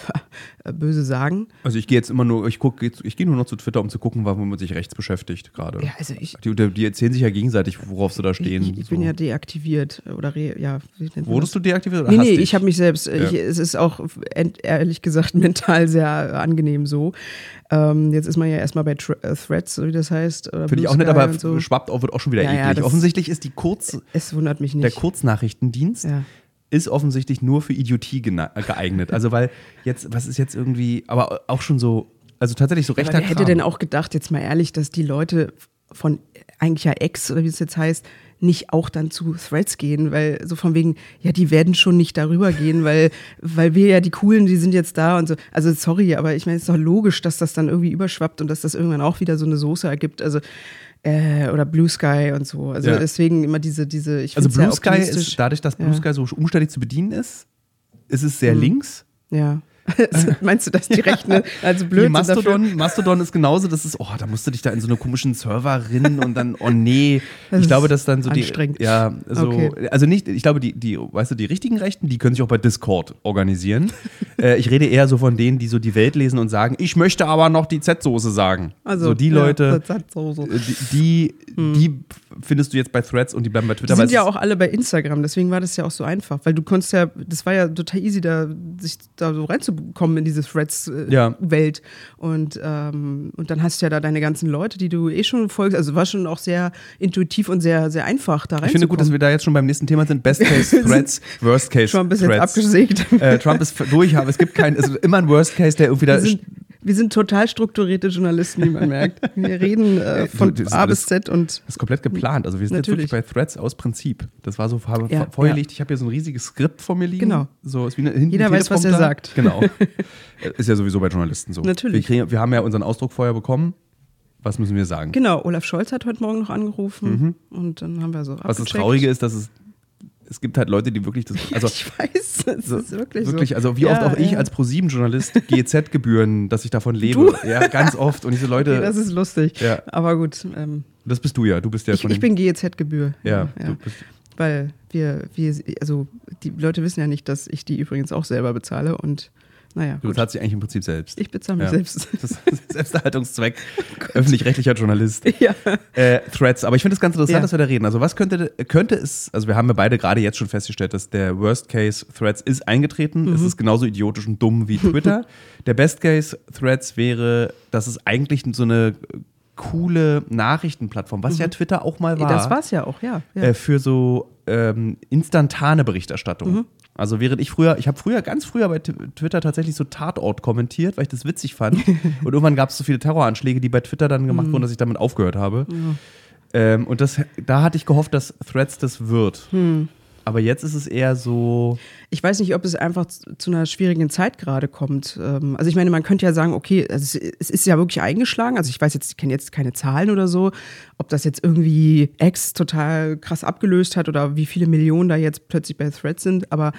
böse sagen. Also ich gehe jetzt immer nur, ich gehe nur noch zu Twitter, um zu gucken, warum man sich rechts beschäftigt gerade. Ja, also die erzählen sich ja gegenseitig, worauf sie da stehen. Ich bin ja deaktiviert. Oder Wurdest du deaktiviert oder Nee, ich habe mich selbst. Es ist auch, ehrlich gesagt, mental sehr angenehm so. Jetzt ist man ja erstmal bei Threads, so wie das heißt. Finde ich auch nett, aber so. Wird auch schon wieder eklig. Offensichtlich ist es wundert mich nicht. Der Kurznachrichtendienst ist offensichtlich nur für Idiotie geeignet. Also weil jetzt, was ist jetzt irgendwie, aber auch schon so, also tatsächlich so rechter Kram. Wer hätte denn auch gedacht, jetzt mal ehrlich, dass die Leute von eigentlich ja X oder wie es jetzt heißt, nicht auch dann zu Threads gehen, weil so von wegen, ja, die werden schon nicht darüber gehen, weil wir ja die Coolen, die sind jetzt da und so. Also sorry, aber ich meine, es ist doch logisch, dass das dann irgendwie überschwappt und dass das irgendwann auch wieder so eine Soße ergibt. Also oder Blue Sky und so. Also deswegen immer diese. Ich also Blue Sky ist, dadurch, dass Blue Sky so umständlich zu bedienen ist es sehr links. Ja. Meinst du, dass die Rechten also blöd sind? Mastodon ist genauso, das ist, da musst du dich da in so eine komischen Server und oh nee. Ich glaube, dass dann so anstrengend. Also nicht, ich glaube, weißt du, die richtigen Rechten, die können sich auch bei Discord organisieren. Ich rede eher so von denen, die so die Welt lesen und sagen, ich möchte aber noch die Z-Soße sagen. Also so die Leute, die findest du jetzt bei Threads und die bleiben bei Twitter. Die sind ja auch alle bei Instagram, deswegen war das ja auch so einfach, weil du konntest ja, das war ja total easy, sich da so reinzukommen in diese Threads-Welt und dann hast du ja da deine ganzen Leute, die du schon folgst, also war schon auch sehr intuitiv und sehr, sehr einfach da reinzukommen. Ich finde gut, dass wir da jetzt schon beim nächsten Thema sind, Best Case Threads, Worst Case Trump ist Threads. Jetzt abgesägt. Trump ist durch, aber es gibt es ist immer ein Worst Case, der irgendwie da wir sind total strukturierte Journalisten, wie man merkt. Wir reden von A bis Z und. Das ist komplett geplant. Also wir sind natürlich jetzt wirklich bei Threads aus Prinzip. Das war so vorgelegt. Ich habe hier so ein riesiges Skript vor mir liegen. Genau. So, ist wie jeder weiß, was er sagt. Genau. Ist ja sowieso bei Journalisten so. Natürlich. Wir haben ja unseren Ausdruck vorher bekommen. Was müssen wir sagen? Genau. Olaf Scholz hat heute Morgen noch angerufen und dann haben wir so abgecheckt. Was das Traurige ist, dass es gibt halt Leute, die wirklich das. Also, ich weiß, das ist wirklich so. Also wie oft auch ich als ProSieben-Journalist GEZ-Gebühren, dass ich davon lebe. Du? Ja, ganz oft. Und diese Leute. Okay, das ist lustig. Ja. Aber gut. Das bist du ja. Du bist ja ich bin GEZ-Gebühr. Ja. Weil also die Leute wissen ja nicht, dass ich die übrigens auch selber bezahle und naja, du bezahlst dich eigentlich im Prinzip selbst. Ich bezahle mich selbst. Das ist Selbsterhaltungszweck. Öffentlich-rechtlicher Journalist. Ja. Threads. Aber ich finde es ganz interessant, dass wir da reden. Also was könnte es, also wir haben ja beide gerade jetzt schon festgestellt, dass der Worst Case Threads ist eingetreten. Es ist genauso idiotisch und dumm wie Twitter. Der Best Case Threads wäre, dass es eigentlich so eine coole Nachrichtenplattform, was ja Twitter auch mal war. Das war es ja auch, ja. Für so instantane Berichterstattung. Also während ich habe ganz früher bei Twitter tatsächlich so Tatort kommentiert, weil ich das witzig fand. Und irgendwann gab es so viele Terroranschläge, die bei Twitter dann gemacht wurden, dass ich damit aufgehört habe. Und da hatte ich gehofft, dass Threads das wird. Aber jetzt ist es eher so. Ich weiß nicht, ob es einfach zu einer schwierigen Zeit gerade kommt. Also ich meine, man könnte ja sagen, okay, also es ist ja wirklich eingeschlagen. Also ich kenne jetzt keine Zahlen oder so, ob das jetzt irgendwie X total krass abgelöst hat oder wie viele Millionen da jetzt plötzlich bei Threads sind. Aber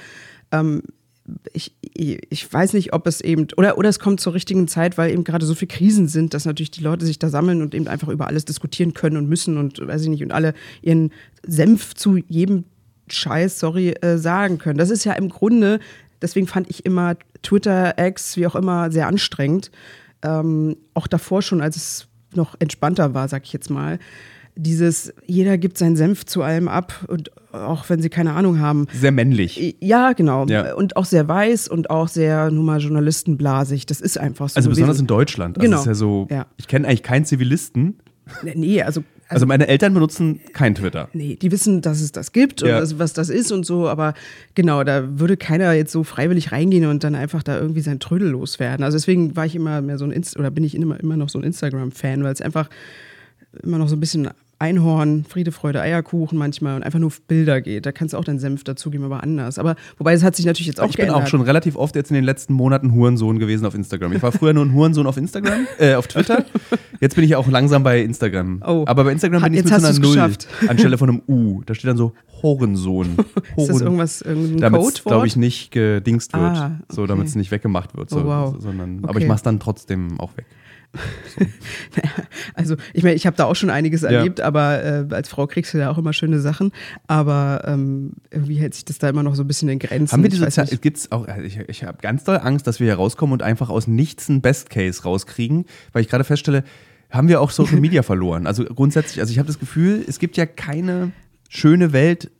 ich weiß nicht, ob es eben, oder es kommt zur richtigen Zeit, weil eben gerade so viele Krisen sind, dass natürlich die Leute sich da sammeln und eben einfach über alles diskutieren können und müssen und weiß ich nicht, und alle ihren Senf zu jedem Scheiß, sagen können. Das ist ja im Grunde, deswegen fand ich immer Twitter, X, wie auch immer, sehr anstrengend. Auch davor schon, als es noch entspannter war, sag ich jetzt mal. Jeder gibt seinen Senf zu allem ab und auch wenn sie keine Ahnung haben. Sehr männlich. Ja, genau. Ja. Und auch sehr weiß und auch sehr, nun mal, journalistenblasig. Das ist einfach so. Also besonders in Deutschland. Also genau. Es ist ja so, ich kenne eigentlich keinen Zivilisten, Nee, also meine Eltern benutzen kein Twitter. Nee, die wissen, dass es das gibt und was das ist und so, aber genau, da würde keiner jetzt so freiwillig reingehen und dann einfach da irgendwie sein Trödel loswerden. Also deswegen war ich immer mehr so bin ich immer noch so ein Instagram-Fan, weil es einfach immer noch so ein bisschen Einhorn, Friede, Freude, Eierkuchen manchmal und einfach nur Bilder geht. Da kannst du auch deinen Senf dazugeben, aber anders. Aber wobei, es hat sich natürlich jetzt auch geändert. Ich bin auch schon relativ oft jetzt in den letzten Monaten Hurensohn gewesen auf Instagram. Ich war früher nur ein Hurensohn auf auf Twitter. Jetzt bin ich auch langsam bei Instagram. Oh. Aber bei Instagram bin ich mit so einer Null anstelle von einem U. Da steht dann so Hurensohn. Ist das irgendein damit Codewort? glaube ich, nicht gedingst wird. Okay. So, damit es nicht weggemacht wird. Oh, wow. Aber ich mache es dann trotzdem auch weg. So. Also, ich meine, ich habe da auch schon einiges erlebt, aber als Frau kriegst du ja auch immer schöne Sachen. Aber irgendwie hält sich das da immer noch so ein bisschen in Grenzen. Haben wir diese Zeit? Gibt's auch? Ich habe ganz doll Angst, dass wir hier rauskommen und einfach aus nichts einen Best Case rauskriegen, weil ich gerade feststelle, haben wir auch Social Media verloren. Also grundsätzlich, ich habe das Gefühl, es gibt ja keine schöne Welt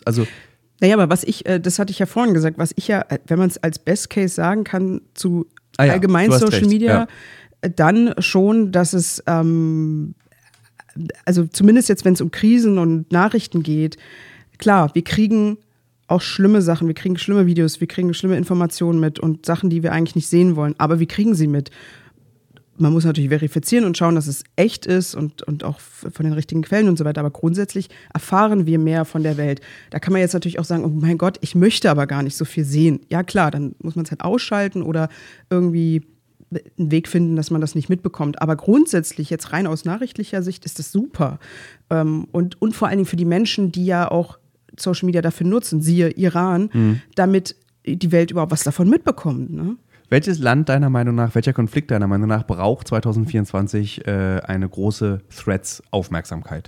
Naja, aber das hatte ich ja vorhin gesagt, was ich ja, wenn man es als Best Case sagen kann, zu allgemein Social Media, dann schon, dass es, also zumindest jetzt, wenn es um Krisen und Nachrichten geht, klar, wir kriegen auch schlimme Sachen, wir kriegen schlimme Videos, wir kriegen schlimme Informationen mit und Sachen, die wir eigentlich nicht sehen wollen, aber wir kriegen sie mit. Man muss natürlich verifizieren und schauen, dass es echt ist und auch von den richtigen Quellen und so weiter. Aber grundsätzlich erfahren wir mehr von der Welt. Da kann man jetzt natürlich auch sagen, oh mein Gott, ich möchte aber gar nicht so viel sehen. Ja klar, dann muss man es halt ausschalten oder irgendwie einen Weg finden, dass man das nicht mitbekommt. Aber grundsätzlich, jetzt rein aus nachrichtlicher Sicht, ist das super. Und vor allen Dingen für die Menschen, die ja auch Social Media dafür nutzen, siehe Iran, damit die Welt überhaupt was davon mitbekommt, ne? Welches Land deiner Meinung nach, welcher Konflikt deiner Meinung nach braucht 2024 eine große Threads-Aufmerksamkeit?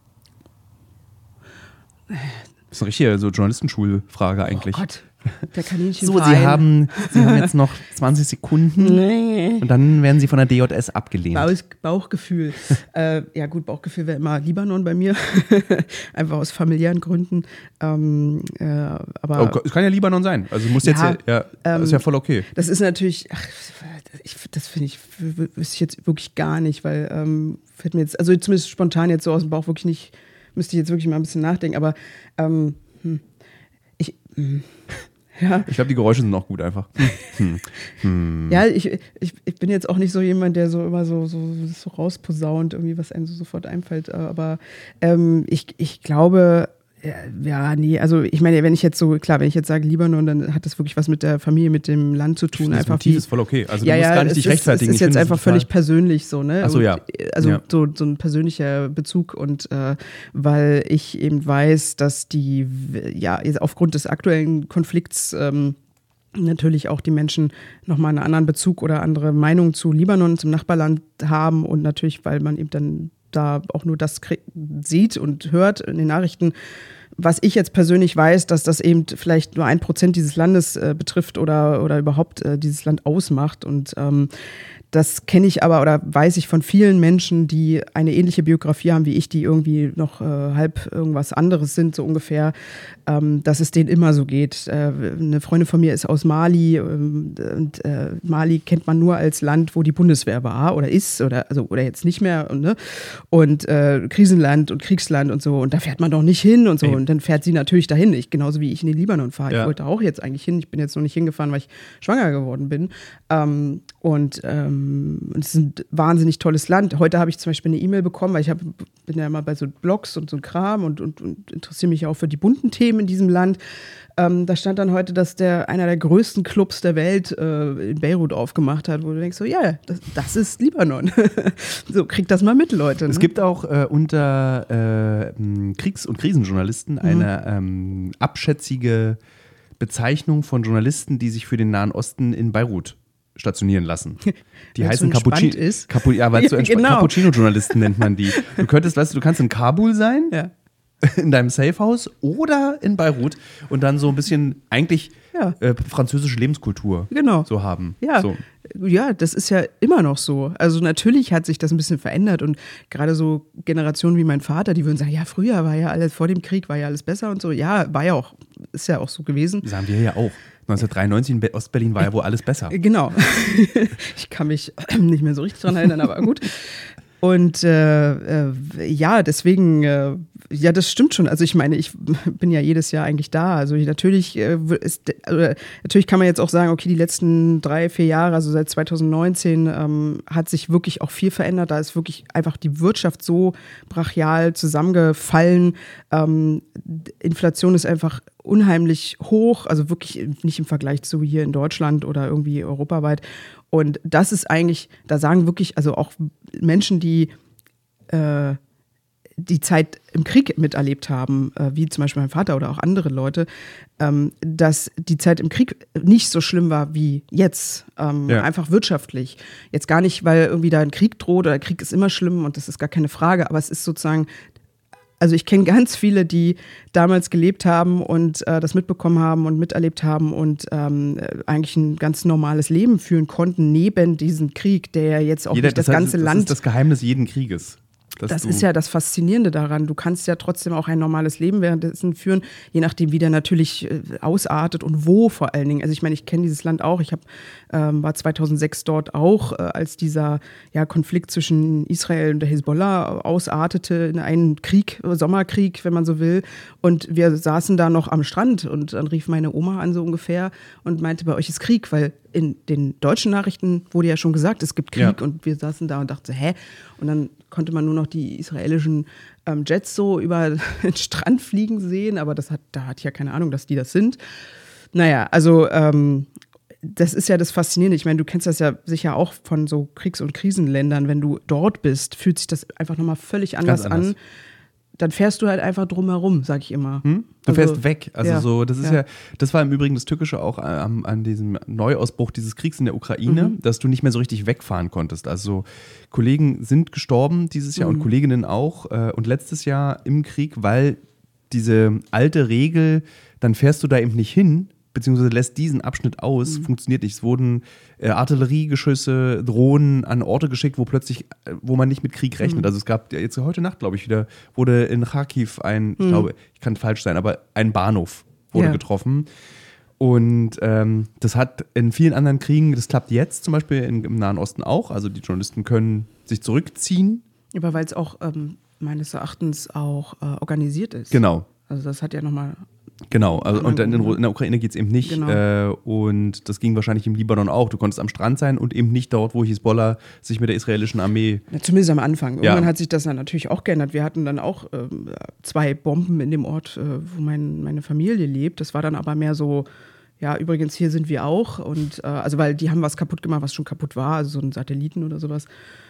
Das ist eine richtige Journalistenschulfrage eigentlich. Oh Gott, der Kaninchenverein. So, Sie haben jetzt noch 20 Sekunden und dann werden Sie von der DJS abgelehnt. Bauchgefühl. Ja gut, Bauchgefühl wäre immer Libanon bei mir. Einfach aus familiären Gründen. Aber es kann ja Libanon sein. Also muss jetzt ist ja voll okay. Das ist natürlich, das finde ich, wüsste ich jetzt wirklich gar nicht, weil fällt mir jetzt, also zumindest spontan jetzt so aus dem Bauch wirklich nicht, müsste ich jetzt wirklich mal ein bisschen nachdenken, aber ja. Ich glaube, die Geräusche sind auch gut einfach. Ja, ich bin jetzt auch nicht so jemand, der so immer so rausposaunt, irgendwie, was einem so sofort einfällt. Aber ich glaube, also ich meine, wenn ich jetzt sage Libanon, dann hat das wirklich was mit der Familie, mit dem Land zu tun. Das Motiv ist voll okay. Also du musst gar nicht dich rechtfertigen. Es ist jetzt einfach völlig persönlich so, ne? Ach so, ja. Also so ein persönlicher Bezug und weil ich eben weiß, dass die, jetzt aufgrund des aktuellen Konflikts natürlich auch die Menschen nochmal einen anderen Bezug oder andere Meinung zu Libanon, zum Nachbarland haben und natürlich, weil man eben dann da auch nur das sieht und hört in den Nachrichten, was ich jetzt persönlich weiß, dass das eben vielleicht nur 1% dieses Landes betrifft oder überhaupt dieses Land ausmacht. Und das kenne ich aber oder weiß ich von vielen Menschen, die eine ähnliche Biografie haben wie ich, die irgendwie noch halb irgendwas anderes sind, so ungefähr, dass es denen immer so geht. Eine Freundin von mir ist aus Mali und Mali kennt man nur als Land, wo die Bundeswehr war oder ist oder jetzt nicht mehr. Ne? Und Krisenland und Kriegsland und so. Und da fährt man doch nicht hin und so. Und dann fährt sie natürlich dahin. Genauso wie ich in den Libanon fahre. Ja. Ich wollte auch jetzt eigentlich hin. Ich bin jetzt noch nicht hingefahren, weil ich schwanger geworden bin. Es ist ein wahnsinnig tolles Land. Heute habe ich zum Beispiel eine E-Mail bekommen, weil bin ja mal bei so Blogs und so ein Kram und interessiere mich auch für die bunten Themen in diesem Land. Da stand dann heute, dass einer der größten Clubs der Welt in Beirut aufgemacht hat, wo du denkst so, das ist Libanon. So, kriegt das mal mit, Leute. Ne? Es gibt auch unter Kriegs- und Krisenjournalisten eine abschätzige Bezeichnung von Journalisten, die sich für den Nahen Osten in Beirut stationieren lassen. Die heißen Cappuccino-Journalisten nennt man die. Du kannst in Kabul sein, in deinem Safehouse oder in Beirut und dann so ein bisschen eigentlich französische Lebenskultur so haben. Ja. So. Ja, das ist ja immer noch so. Also natürlich hat sich das ein bisschen verändert und gerade so Generationen wie mein Vater, die würden sagen, ja, früher war ja alles, vor dem Krieg war ja alles besser und so. Ja, ist ja auch so gewesen. Sagen wir ja auch. 1993 in Ostberlin war ja wohl alles besser. Genau. Ich kann mich nicht mehr so richtig dran erinnern, aber gut. Und ja, deswegen, ja, das stimmt schon. Also ich meine, ich bin ja jedes Jahr eigentlich da. Also natürlich natürlich kann man jetzt auch sagen, okay, die letzten 3-4 Jahre, also seit 2019, hat sich wirklich auch viel verändert. Da ist wirklich einfach die Wirtschaft so brachial zusammengefallen. Inflation ist einfach unheimlich hoch, also wirklich nicht im Vergleich zu hier in Deutschland oder irgendwie europaweit. Und das ist eigentlich, da sagen wirklich, also auch Menschen, die die Zeit im Krieg miterlebt haben, wie zum Beispiel mein Vater oder auch andere Leute, dass die Zeit im Krieg nicht so schlimm war wie jetzt, einfach wirtschaftlich. Jetzt gar nicht, weil irgendwie da ein Krieg droht, oder Krieg ist immer schlimm und das ist gar keine Frage, aber es ist sozusagen, also ich kenne ganz viele, die damals gelebt haben und das mitbekommen haben und miterlebt haben und eigentlich ein ganz normales Leben führen konnten, neben diesem Krieg, der jetzt auch nicht das ganze Land... Das ist das Geheimnis jeden Krieges. Das ist ja das Faszinierende daran. Du kannst ja trotzdem auch ein normales Leben währenddessen führen, je nachdem, wie der natürlich ausartet und wo vor allen Dingen. Also ich meine, ich kenne dieses Land auch. Ich war 2006 dort auch, als dieser Konflikt zwischen Israel und der Hisbollah ausartete in einen Krieg, Sommerkrieg, wenn man so will. Und wir saßen da noch am Strand und dann rief meine Oma an so ungefähr und meinte, bei euch ist Krieg, weil in den deutschen Nachrichten wurde ja schon gesagt, es gibt Krieg, und wir saßen da und dachten, hä? Und dann konnte man nur noch die israelischen Jets so über den Strand fliegen sehen, aber da hatte ich ja keine Ahnung, dass die das sind. Naja, also das ist ja das Faszinierende. Ich meine, du kennst das ja sicher auch von so Kriegs- und Krisenländern. Wenn du dort bist, fühlt sich das einfach nochmal völlig anders an. Dann fährst du halt einfach drumherum, sag ich immer. Du fährst weg. Also das ist das war im Übrigen das Tückische auch an diesem Neuausbruch dieses Kriegs in der Ukraine, dass du nicht mehr so richtig wegfahren konntest. Also Kollegen sind gestorben dieses Jahr und Kolleginnen auch und letztes Jahr im Krieg, weil diese alte Regel, dann fährst du da eben nicht hin, beziehungsweise lässt diesen Abschnitt aus, funktioniert nicht. Es wurden Artilleriegeschüsse, Drohnen an Orte geschickt, wo man nicht mit Krieg rechnet. Also es gab jetzt heute Nacht, glaube ich, wurde in Kharkiv ich glaube, ich kann falsch sein, aber ein Bahnhof wurde getroffen. Und das hat in vielen anderen Kriegen, das klappt jetzt zum Beispiel im Nahen Osten auch. Also die Journalisten können sich zurückziehen. Aber weil es auch meines Erachtens auch organisiert ist. Genau. Also das hat ja nochmal... Genau, also und in der Ukraine geht es eben nicht. Genau. Und das ging wahrscheinlich im Libanon auch. Du konntest am Strand sein und eben nicht dort, wo Hisbollah sich mit der israelischen Armee... Ja, zumindest am Anfang. Irgendwann hat sich das dann natürlich auch geändert. Wir hatten dann auch 2 Bomben in dem Ort, wo meine Familie lebt. Das war dann aber mehr so, ja, übrigens, hier sind wir auch. Und also weil die haben was kaputt gemacht, was schon kaputt war, also so ein Satelliten oder sowas.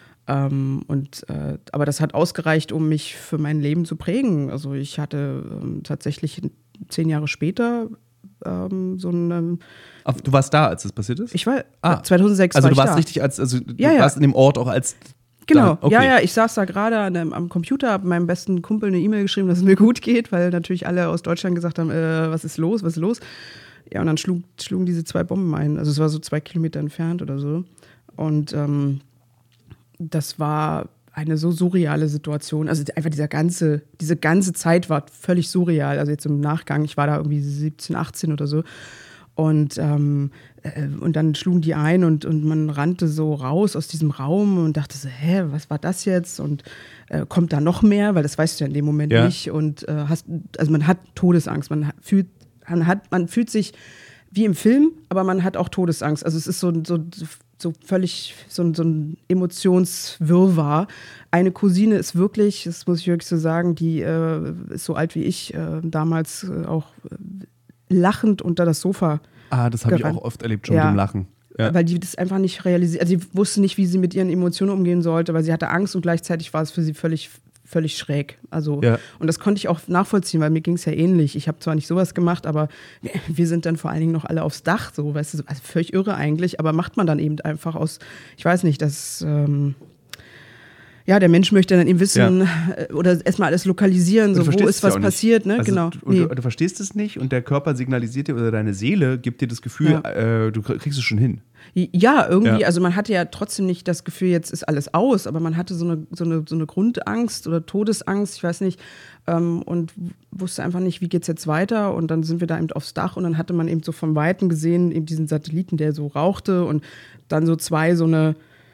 Aber das hat ausgereicht, um mich für mein Leben zu prägen. Also ich hatte tatsächlich 10 Jahre später so ein... Du warst da, als das passiert ist? Ich war 2006 Also war du warst da. richtig du warst in dem Ort auch als... Genau, okay. Ich saß da gerade am Computer, habe meinem besten Kumpel eine E-Mail geschrieben, dass es mir gut geht, weil natürlich alle aus Deutschland gesagt haben, was ist los? Ja, und dann schlugen diese 2 Bomben ein. Also es war so 2 Kilometer entfernt oder so. Und das war eine so surreale Situation. Also einfach diese ganze Zeit war völlig surreal. Also jetzt im Nachgang, ich war da irgendwie 17, 18 oder so. Und dann schlugen die ein und man rannte so raus aus diesem Raum und dachte so, was war das jetzt? Und kommt da noch mehr? Weil das weißt du ja in dem Moment nicht. Und man hat Todesangst. Man fühlt sich wie im Film, aber man hat auch Todesangst. Also es ist so völlig so ein Emotionswirrwarr. Eine Cousine ist wirklich, das muss ich wirklich so sagen, die ist so alt wie ich, damals auch lachend unter das Sofa. Das habe ich auch oft erlebt, schon mit dem Lachen. Ja. Weil die das einfach nicht realisiert, also sie wusste nicht, wie sie mit ihren Emotionen umgehen sollte, weil sie hatte Angst und gleichzeitig war es für sie völlig schräg. Also, und das konnte ich auch nachvollziehen, weil mir ging es ja ähnlich. Ich habe zwar nicht sowas gemacht, aber wir sind dann vor allen Dingen noch alle aufs Dach, so, weißt du, also völlig irre eigentlich, aber macht man dann eben einfach aus, ich weiß nicht, das, der Mensch möchte dann eben wissen oder erstmal alles lokalisieren, so, wo ist was passiert, ne? Also genau. Du verstehst es nicht und der Körper signalisiert dir oder deine Seele gibt dir das Gefühl, du kriegst es schon hin. Ja, irgendwie, also man hatte ja trotzdem nicht das Gefühl, jetzt ist alles aus, aber man hatte so eine Grundangst oder Todesangst, ich weiß nicht, und wusste einfach nicht, wie geht's jetzt weiter, und dann sind wir da eben aufs Dach und dann hatte man eben so von Weitem gesehen, eben diesen Satelliten, der so rauchte, und dann so 2 so eine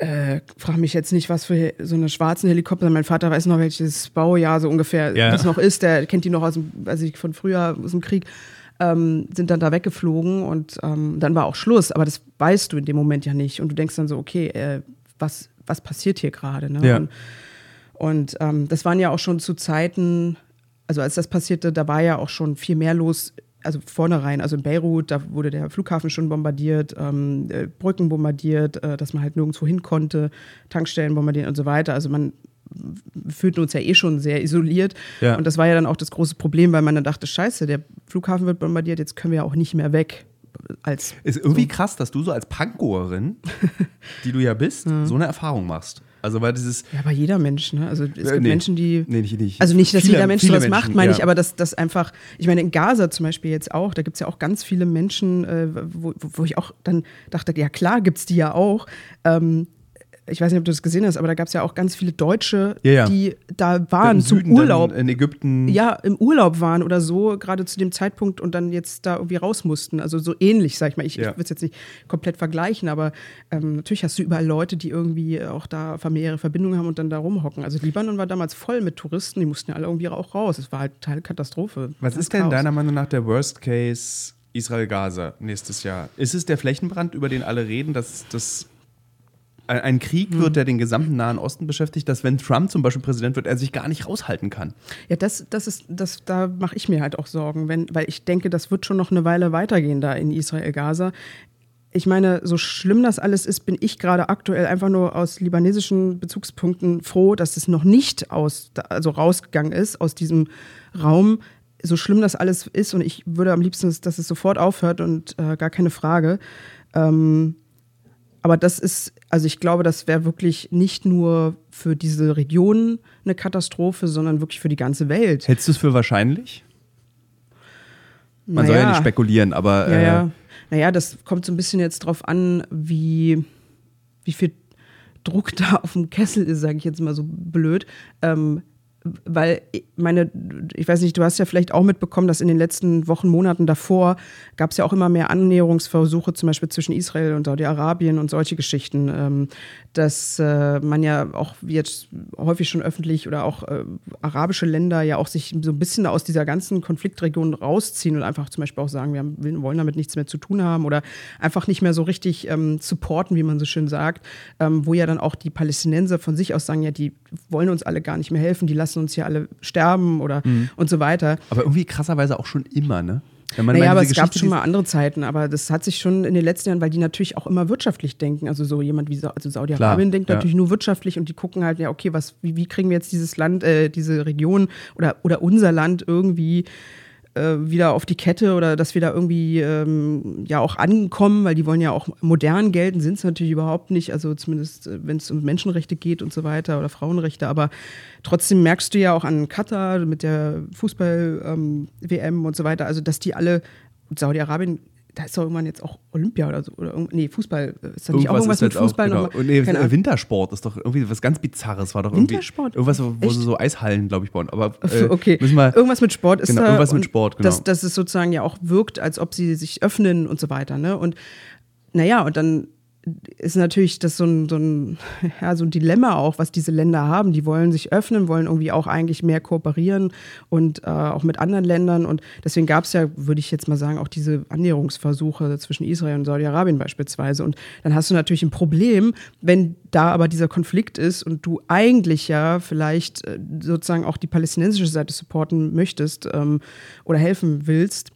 frag mich jetzt nicht, was für so eine schwarzen Helikopter. Mein Vater weiß noch, welches Baujahr so ungefähr das noch ist. Der kennt die noch von früher aus dem Krieg. Sind dann da weggeflogen und dann war auch Schluss. Aber das weißt du in dem Moment ja nicht. Und du denkst dann so, okay, was passiert hier gerade? Ne? Ja. Und das waren ja auch schon zu Zeiten, also als das passierte, da war ja auch schon viel mehr los. Also vornherein, also in Beirut, da wurde der Flughafen schon bombardiert, Brücken bombardiert, dass man halt nirgendwo hin konnte, Tankstellen bombardiert und so weiter. Also man fühlten uns ja eh schon sehr isoliert. Ja. Und das war ja dann auch das große Problem, weil man dann dachte, scheiße, der Flughafen wird bombardiert, jetzt können wir ja auch nicht mehr weg. Ist irgendwie krass, dass du so als Punkgoerin, die du ja bist, so eine Erfahrung machst. Also weil dieses ja, aber jeder Mensch, ne? Also es gibt Menschen, die nicht. Also nicht, dass jeder Mensch sowas macht, meine ja. ich, aber das einfach, ich meine, in Gaza zum Beispiel jetzt auch, da gibt es ja auch ganz viele Menschen, wo ich auch dann dachte, ja klar gibt's die ja auch. Ich weiß nicht, ob du das gesehen hast, aber da gab es ja auch ganz viele Deutsche, die da waren zum Urlaub. In Ägypten. Ja, im Urlaub waren oder so, gerade zu dem Zeitpunkt und dann jetzt da irgendwie raus mussten. Also so ähnlich, sag ich mal. Ich würde es jetzt nicht komplett vergleichen, aber natürlich hast du überall Leute, die irgendwie auch da familiäre Verbindungen haben und dann da rumhocken. Also Libanon war damals voll mit Touristen, die mussten ja alle irgendwie auch raus. Es war halt eine Katastrophe. Was ist denn deiner Meinung nach der Worst Case Israel-Gaza nächstes Jahr? Ist es der Flächenbrand, über den alle reden, dass das ein Krieg wird, der den gesamten Nahen Osten beschäftigt, dass wenn Trump zum Beispiel Präsident wird, er sich gar nicht raushalten kann? Ja, da mache ich mir halt auch Sorgen, weil ich denke, das wird schon noch eine Weile weitergehen da in Israel-Gaza. Ich meine, so schlimm das alles ist, bin ich gerade aktuell einfach nur aus libanesischen Bezugspunkten froh, dass es noch nicht rausgegangen ist aus diesem Raum. So schlimm das alles ist und ich würde am liebsten, dass es sofort aufhört und gar keine Frage. Aber das ist, also ich glaube, das wäre wirklich nicht nur für diese Region eine Katastrophe, sondern wirklich für die ganze Welt. Hältst du es für wahrscheinlich? Man soll ja nicht spekulieren, aber Naja, das kommt so ein bisschen jetzt drauf an, wie viel Druck da auf dem Kessel ist, sage ich jetzt mal so blöd. Weil, ich weiß nicht, du hast ja vielleicht auch mitbekommen, dass in den letzten Wochen, Monaten davor gab es ja auch immer mehr Annäherungsversuche, zum Beispiel zwischen Israel und Saudi-Arabien und solche Geschichten, dass man ja auch jetzt häufig schon öffentlich oder auch arabische Länder ja auch sich so ein bisschen aus dieser ganzen Konfliktregion rausziehen und einfach zum Beispiel auch sagen, wir wollen damit nichts mehr zu tun haben oder einfach nicht mehr so richtig supporten, wie man so schön sagt, wo ja dann auch die Palästinenser von sich aus sagen, ja, die wollen uns alle gar nicht mehr helfen, die lassen uns hier alle sterben oder und so weiter. Aber irgendwie krasserweise auch schon immer, ne? Aber es gab schon mal andere Zeiten, aber das hat sich schon in den letzten Jahren, weil die natürlich auch immer wirtschaftlich denken, also so jemand wie Saudi-Arabien denkt natürlich nur wirtschaftlich und die gucken halt, ja okay, wie kriegen wir jetzt dieses Land, diese Region oder unser Land irgendwie wieder auf die Kette oder dass wir da irgendwie auch ankommen, weil die wollen ja auch modern gelten, sind es natürlich überhaupt nicht, also zumindest wenn es um Menschenrechte geht und so weiter oder Frauenrechte, aber trotzdem merkst du ja auch an Katar mit der Fußball-WM und so weiter, also dass die alle, Saudi-Arabien, da ist doch irgendwann jetzt auch Olympia oder so. Fußball. Ist da nicht auch irgendwas mit Fußball? Auch, genau. Und Wintersport ist doch irgendwie was ganz Bizarres. War doch Wintersport? Irgendwas, wo sie so Eishallen, glaube ich, bauen. Aber okay. Irgendwas mit Sport ist da. Irgendwas mit Sport, genau. Dass es sozusagen ja auch wirkt, als ob sie sich öffnen und so weiter. Ne? Und naja, und dann ist natürlich das so ein Dilemma auch, was diese Länder haben. Die wollen sich öffnen, wollen irgendwie auch eigentlich mehr kooperieren und auch mit anderen Ländern. Und deswegen gab es ja, würde ich jetzt mal sagen, auch diese Annäherungsversuche zwischen Israel und Saudi-Arabien beispielsweise. Und dann hast du natürlich ein Problem, wenn da aber dieser Konflikt ist und du eigentlich ja vielleicht sozusagen auch die palästinensische Seite supporten möchtest oder helfen willst.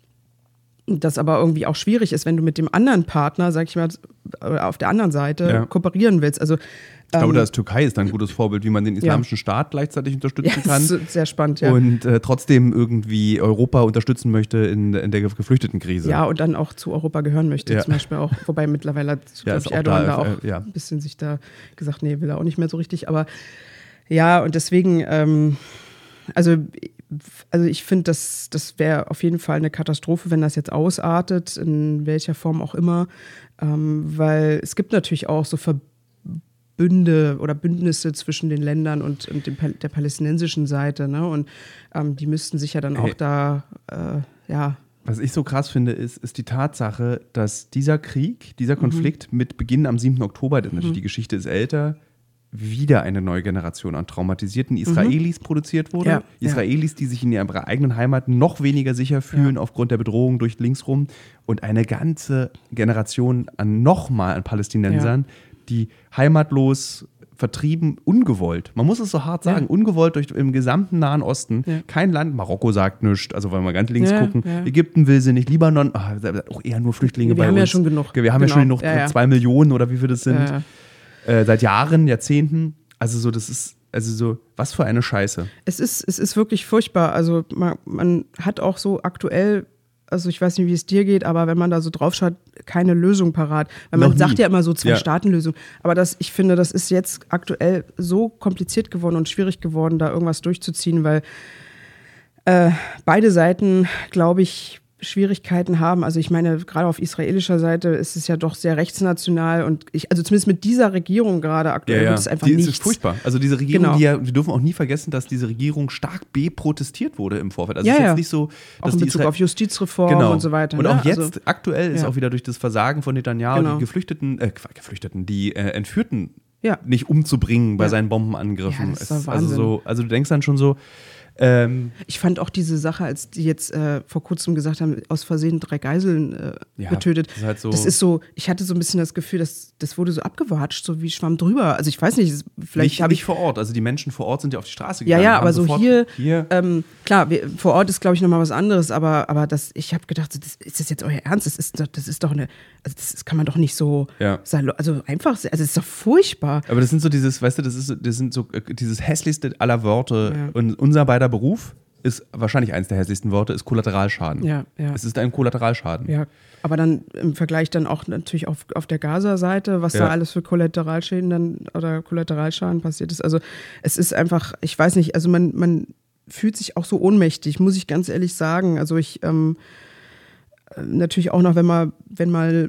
Das aber irgendwie auch schwierig ist, wenn du mit dem anderen Partner, sag ich mal, auf der anderen Seite kooperieren willst. Also, ich glaube, da ist Türkei ist ein gutes Vorbild, wie man den islamischen Staat gleichzeitig unterstützen kann. Das ist sehr spannend, ja. Und trotzdem irgendwie Europa unterstützen möchte in der Geflüchtetenkrise. Ja, und dann auch zu Europa gehören möchte, zum Beispiel auch. Wobei mittlerweile hat, glaube ich, Erdogan da auch ein bisschen sich da gesagt, nee, will er auch nicht mehr so richtig. Aber ja, und deswegen, also ich finde, das wäre auf jeden Fall eine Katastrophe, wenn das jetzt ausartet, in welcher Form auch immer, weil es gibt natürlich auch so Verbünde oder Bündnisse zwischen den Ländern und der palästinensischen Seite, ne? Und die müssten sich ja dann auch da Was ich so krass finde, ist die Tatsache, dass dieser Krieg, dieser Konflikt mit Beginn am 7. Oktober, natürlich die Geschichte ist älter, wieder eine neue Generation an traumatisierten Israelis produziert wurde. Ja, Israelis, die sich in ihrer eigenen Heimat noch weniger sicher fühlen aufgrund der Bedrohung durch linksrum. Und eine ganze Generation an Palästinensern, die heimatlos, vertrieben, ungewollt. Man muss es so hart sagen, ungewollt im gesamten Nahen Osten. Ja. Kein Land, Marokko sagt nichts, also wenn wir ganz links gucken, Ägypten will sie nicht, Libanon, auch eher nur Flüchtlinge bei uns. Wir haben ja schon genug. Wir haben ja schon genug, 2 Millionen oder wie wir das sind. Seit Jahren, Jahrzehnten. Also so, das ist, was für eine Scheiße. Es ist wirklich furchtbar. Also man hat auch so aktuell, also ich weiß nicht, wie es dir geht, aber wenn man da so drauf schaut, keine Lösung parat. Weil man sagt ja immer so Zwei-Staaten-Lösung. Aber ich finde, das ist jetzt aktuell so kompliziert geworden und schwierig geworden, da irgendwas durchzuziehen, weil beide Seiten, glaube ich, Schwierigkeiten haben. Also ich meine, gerade auf israelischer Seite ist es ja doch sehr rechtsnational und also zumindest mit dieser Regierung gerade aktuell wird es einfach nichts. Das ist furchtbar. Also diese Regierung, wir dürfen auch nie vergessen, dass diese Regierung stark protestiert wurde im Vorfeld. Also es ist jetzt nicht so, dass auch in Bezug auf Justizreform und so weiter. Und auch jetzt, aktuell ist auch wieder durch das Versagen von Netanyahu die Entführten nicht umzubringen bei seinen Bombenangriffen. Ja, das ist Wahnsinn. Also du denkst dann schon so, ich fand auch diese Sache, als die jetzt vor kurzem gesagt haben, aus Versehen 3 Geiseln getötet. Das ist so, ich hatte so ein bisschen das Gefühl, das wurde so abgewatscht, so wie Schwamm drüber. Also ich weiß nicht, vielleicht habe ich nicht vor Ort. Also die Menschen vor Ort sind ja auf die Straße gegangen. Ja, aber so hier. Klar, vor Ort ist, glaube ich, nochmal was anderes, aber ich habe gedacht, ist das jetzt euer Ernst? Das ist doch eine, also das kann man doch nicht so, also einfach, also das ist doch furchtbar. Aber das sind so dieses, weißt du, das sind so dieses hässlichste aller Worte und unser beider Beruf ist wahrscheinlich eins der hässlichsten Worte, ist Kollateralschaden. Ja. Es ist ein Kollateralschaden. Ja, aber dann im Vergleich dann auch natürlich auf der Gaza-Seite, was da alles für Kollateralschäden dann oder Kollateralschaden passiert ist. Also es ist einfach, ich weiß nicht, also man fühlt sich auch so ohnmächtig, muss ich ganz ehrlich sagen. Also ich natürlich auch noch, wenn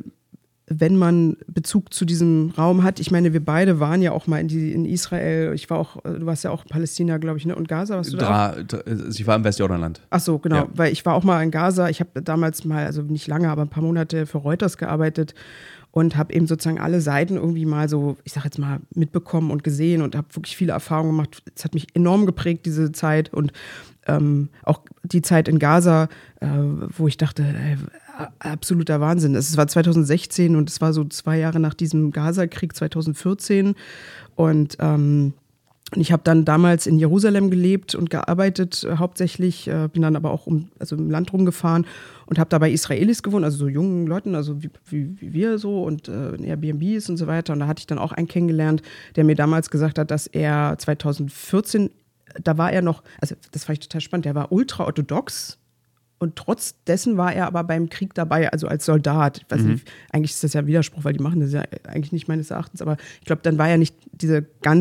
man Bezug zu diesem Raum hat. Ich meine, wir beide waren ja auch mal in Israel. Du warst ja auch in Palästina, glaube ich, ne? Und Gaza, warst du da? Ich war im Westjordanland. Ach so, genau. Weil ich war auch mal in Gaza. Ich habe damals mal, also nicht lange, aber ein paar Monate für Reuters gearbeitet und habe eben sozusagen alle Seiten irgendwie mal so, ich sag jetzt mal, mitbekommen und gesehen und habe wirklich viele Erfahrungen gemacht. Es hat mich enorm geprägt, diese Zeit und auch die Zeit in Gaza, wo ich dachte, absoluter Wahnsinn. Es war 2016 und es war so 2 Jahre nach diesem Gaza-Krieg 2014 und ich habe dann damals in Jerusalem gelebt und gearbeitet hauptsächlich, bin dann aber auch im Land rumgefahren und habe da bei Israelis gewohnt, also so jungen Leuten, also wie wir so und in Airbnbs und so weiter. Und da hatte ich dann auch einen kennengelernt, der mir damals gesagt hat, dass er 2014, da war er noch, also das fand ich total spannend, der war ultraorthodox. Und trotz dessen war er aber beim Krieg dabei, also als Soldat. Ich weiß nicht, eigentlich ist das ja ein Widerspruch, weil die machen das ja eigentlich nicht meines Erachtens. Aber ich glaube, dann war er nicht diese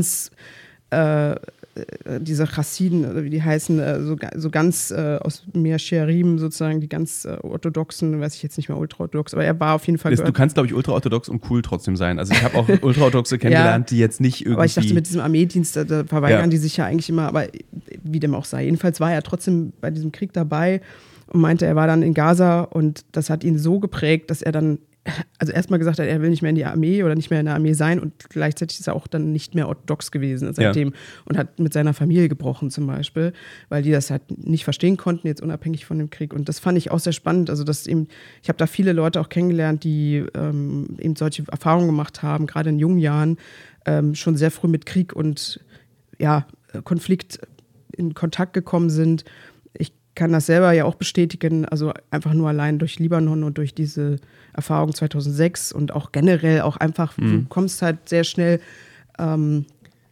Chassiden, oder wie die heißen, so ganz aus Mea Shearim sozusagen, die ganz orthodoxen, weiß ich jetzt nicht mehr, ultraorthodox, aber er war auf jeden Fall. Du kannst, glaube ich, ultraorthodox und cool trotzdem sein. Also ich habe auch ultraorthodoxe kennengelernt, die jetzt nicht irgendwie. Aber ich dachte, mit diesem Armeedienst, da verweigern die sich ja eigentlich immer, aber wie dem auch sei. Jedenfalls war er trotzdem bei diesem Krieg dabei und meinte, er war dann in Gaza und das hat ihn so geprägt, dass er dann also erstmal gesagt hat, er will nicht mehr in die Armee oder nicht mehr in der Armee sein und gleichzeitig ist er auch dann nicht mehr orthodox gewesen seitdem und hat mit seiner Familie gebrochen zum Beispiel, weil die das halt nicht verstehen konnten, jetzt unabhängig von dem Krieg. Und das fand ich auch sehr spannend. Also ich habe da viele Leute auch kennengelernt, die eben solche Erfahrungen gemacht haben, gerade in jungen Jahren, schon sehr früh mit Krieg und Konflikt in Kontakt gekommen sind. Ich kann das selber ja auch bestätigen, also einfach nur allein durch Libanon und durch diese Erfahrung 2006 und auch generell auch einfach, du kommst halt sehr schnell du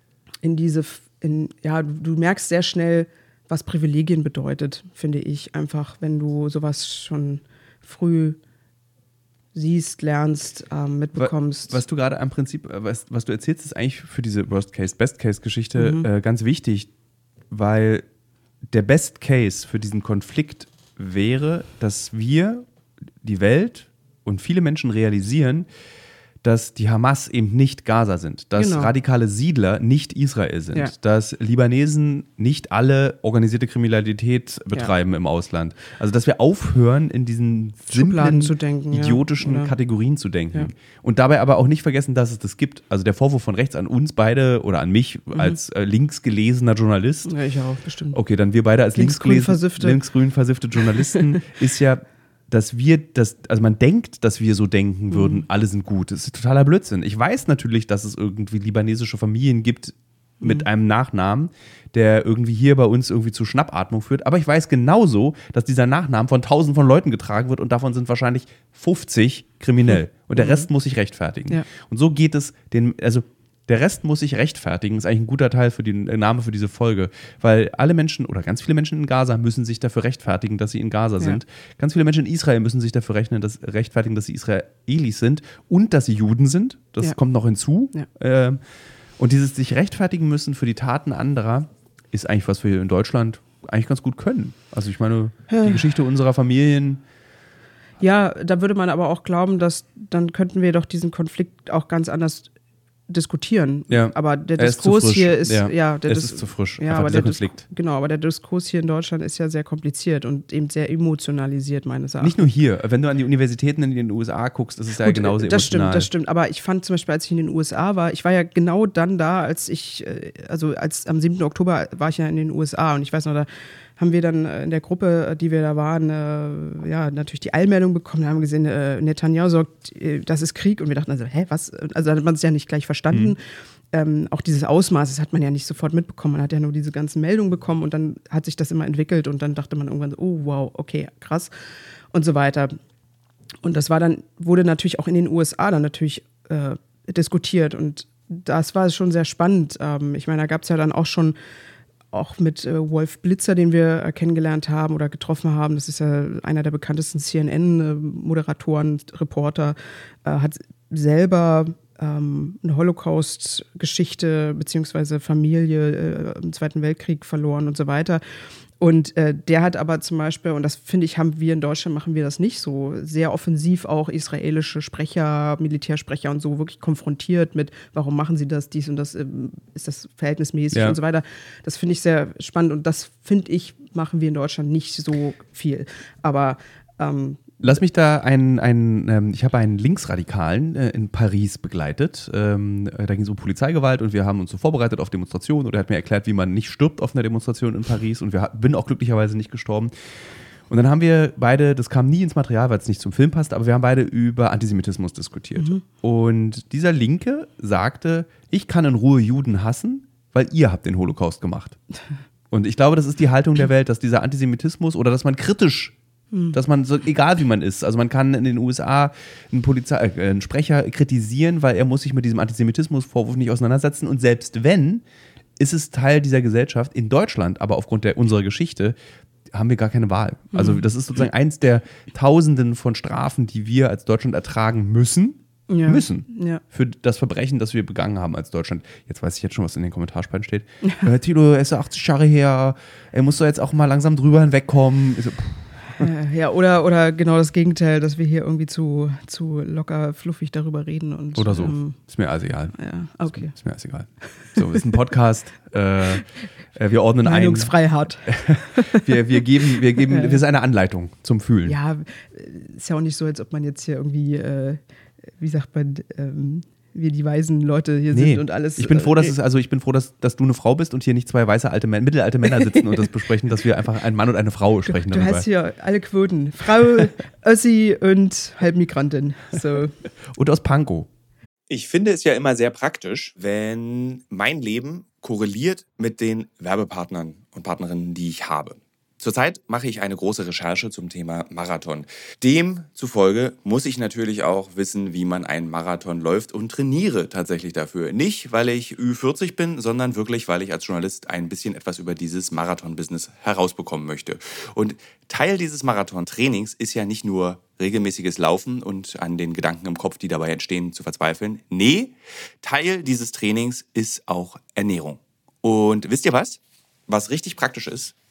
merkst sehr schnell, was Privilegien bedeutet, finde ich einfach, wenn du sowas schon früh siehst, lernst, mitbekommst. Was du gerade am Prinzip, was du erzählst, ist eigentlich für diese Worst-Case-, Best-Case-Geschichte ganz wichtig, weil der Best Case für diesen Konflikt wäre, dass wir, die Welt und viele Menschen realisieren, dass die Hamas eben nicht Gaza sind, dass radikale Siedler nicht Israel sind, dass Libanesen nicht alle organisierte Kriminalität betreiben im Ausland. Also dass wir aufhören, in diesen simplen, idiotischen Kategorien zu denken. Ja. Und dabei aber auch nicht vergessen, dass es das gibt. Also der Vorwurf von rechts an uns beide oder an mich als linksgelesener Journalist. Ja, ich auch, bestimmt. Okay, dann wir beide als linksgrün versiffte Journalisten ist ja, dass also man denkt, dass wir so denken würden, alle sind gut. Das ist totaler Blödsinn. Ich weiß natürlich, dass es irgendwie libanesische Familien gibt mit einem Nachnamen, der irgendwie hier bei uns irgendwie zu Schnappatmung führt. Aber ich weiß genauso, dass dieser Nachnamen von Tausenden von Leuten getragen wird und davon sind wahrscheinlich 50 kriminell. Und der Rest muss sich rechtfertigen. Ja. Und so geht es der Rest muss sich rechtfertigen, ist eigentlich ein guter Teil für den Name für diese Folge, weil alle Menschen oder ganz viele Menschen in Gaza müssen sich dafür rechtfertigen, dass sie in Gaza sind. Ganz viele Menschen in Israel müssen sich dafür rechtfertigen, dass sie Israelis sind und dass sie Juden sind. Das kommt noch hinzu. Ja. Und dieses sich rechtfertigen müssen für die Taten anderer ist eigentlich, was wir in Deutschland eigentlich ganz gut können. Also ich meine, die Geschichte unserer Familien. Ja, da würde man aber auch glauben, dass dann könnten wir doch diesen Konflikt auch ganz anders diskutieren. Ja. Aber der Diskurs hier ist ist zu frisch. Ja, aber der Konflikt. Genau, aber der Diskurs hier in Deutschland ist ja sehr kompliziert und eben sehr emotionalisiert meines Erachtens. Nicht nur hier, wenn du an die Universitäten in den USA guckst, ist es ja genauso emotional. Das stimmt. Aber ich fand zum Beispiel, als ich in den USA war, ich war ja genau dann da, als am 7. Oktober war ich ja in den USA und ich weiß noch, da haben wir dann in der Gruppe, die wir da waren, natürlich die Eilmeldung bekommen, da haben wir gesehen, Netanyahu sagt, das ist Krieg und wir dachten also, was? Also da hat man es ja nicht gleich verstanden. Auch dieses Ausmaß, das hat man ja nicht sofort mitbekommen, man hat ja nur diese ganzen Meldungen bekommen und dann hat sich das immer entwickelt und dann dachte man irgendwann so, oh wow, okay, krass und so weiter. Und das wurde natürlich auch in den USA dann natürlich diskutiert und das war schon sehr spannend. Ich meine, da gab es ja dann auch mit Wolf Blitzer, den wir kennengelernt haben oder getroffen haben. Das ist ja einer der bekanntesten CNN-Moderatoren, Reporter, hat selber eine Holocaust-Geschichte beziehungsweise Familie im Zweiten Weltkrieg verloren und so weiter. Und der hat aber zum Beispiel, und das finde ich, machen wir in Deutschland, machen wir das nicht so, sehr offensiv auch israelische Sprecher, Militärsprecher und so wirklich konfrontiert mit, warum machen sie das, dies und das, ist das verhältnismäßig und so weiter. Das finde ich sehr spannend und das, finde ich, machen wir in Deutschland nicht so viel. Aber lass mich da ich habe einen Linksradikalen in Paris begleitet. Da ging es um Polizeigewalt und wir haben uns so vorbereitet auf Demonstrationen und er hat mir erklärt, wie man nicht stirbt auf einer Demonstration in Paris und bin auch glücklicherweise nicht gestorben. Und dann haben wir beide, das kam nie ins Material, weil es nicht zum Film passt, aber wir haben beide über Antisemitismus diskutiert. Und dieser Linke sagte, ich kann in Ruhe Juden hassen, weil ihr habt den Holocaust gemacht. Und ich glaube, das ist die Haltung der Welt, dass dieser Antisemitismus oder dass man kritisch, dass man so, egal wie man ist, also man kann in den USA einen Sprecher kritisieren, weil er muss sich mit diesem Antisemitismusvorwurf nicht auseinandersetzen und selbst wenn, ist es Teil dieser Gesellschaft. In Deutschland, aber aufgrund unserer Geschichte, haben wir gar keine Wahl. Also das ist sozusagen eins der Tausenden von Strafen, die wir als Deutschland ertragen müssen. Für das Verbrechen, das wir begangen haben als Deutschland. Jetzt weiß ich jetzt schon, was in den Kommentarspalten steht. Tilo, er ist ja 80 Jahre her, er muss doch jetzt auch mal langsam drüber hinwegkommen. Ja, oder genau das Gegenteil, dass wir hier irgendwie zu locker fluffig darüber reden. Oder so. Ist mir alles egal. Ja, okay. Ist mir alles egal. So, ist ein Podcast. Wir ordnen Meinungsfreiheit. Wir ist eine Anleitung zum Fühlen. Ja, ist ja auch nicht so, als ob man jetzt hier irgendwie, wie sagt man, wir die weisen Leute hier sind und alles. Ich bin froh, dass du eine Frau bist und hier nicht zwei weiße mittelalte Männer sitzen und das besprechen, dass wir einfach ein Mann und eine Frau sprechen. Du hast hier alle Quoten. Frau, Ossi und Halbmigrantin. So. Und aus Pankow. Ich finde es ja immer sehr praktisch, wenn mein Leben korreliert mit den Werbepartnern und Partnerinnen, die ich habe. Zurzeit mache ich eine große Recherche zum Thema Marathon. Demzufolge muss ich natürlich auch wissen, wie man einen Marathon läuft und trainiere tatsächlich dafür. Nicht, weil ich Ü40 bin, sondern wirklich, weil ich als Journalist ein bisschen etwas über dieses Marathon-Business herausbekommen möchte. Und Teil dieses Marathon-Trainings ist ja nicht nur regelmäßiges Laufen und an den Gedanken im Kopf, die dabei entstehen, zu verzweifeln. Nee, Teil dieses Trainings ist auch Ernährung. Und wisst ihr was? Was richtig praktisch ist?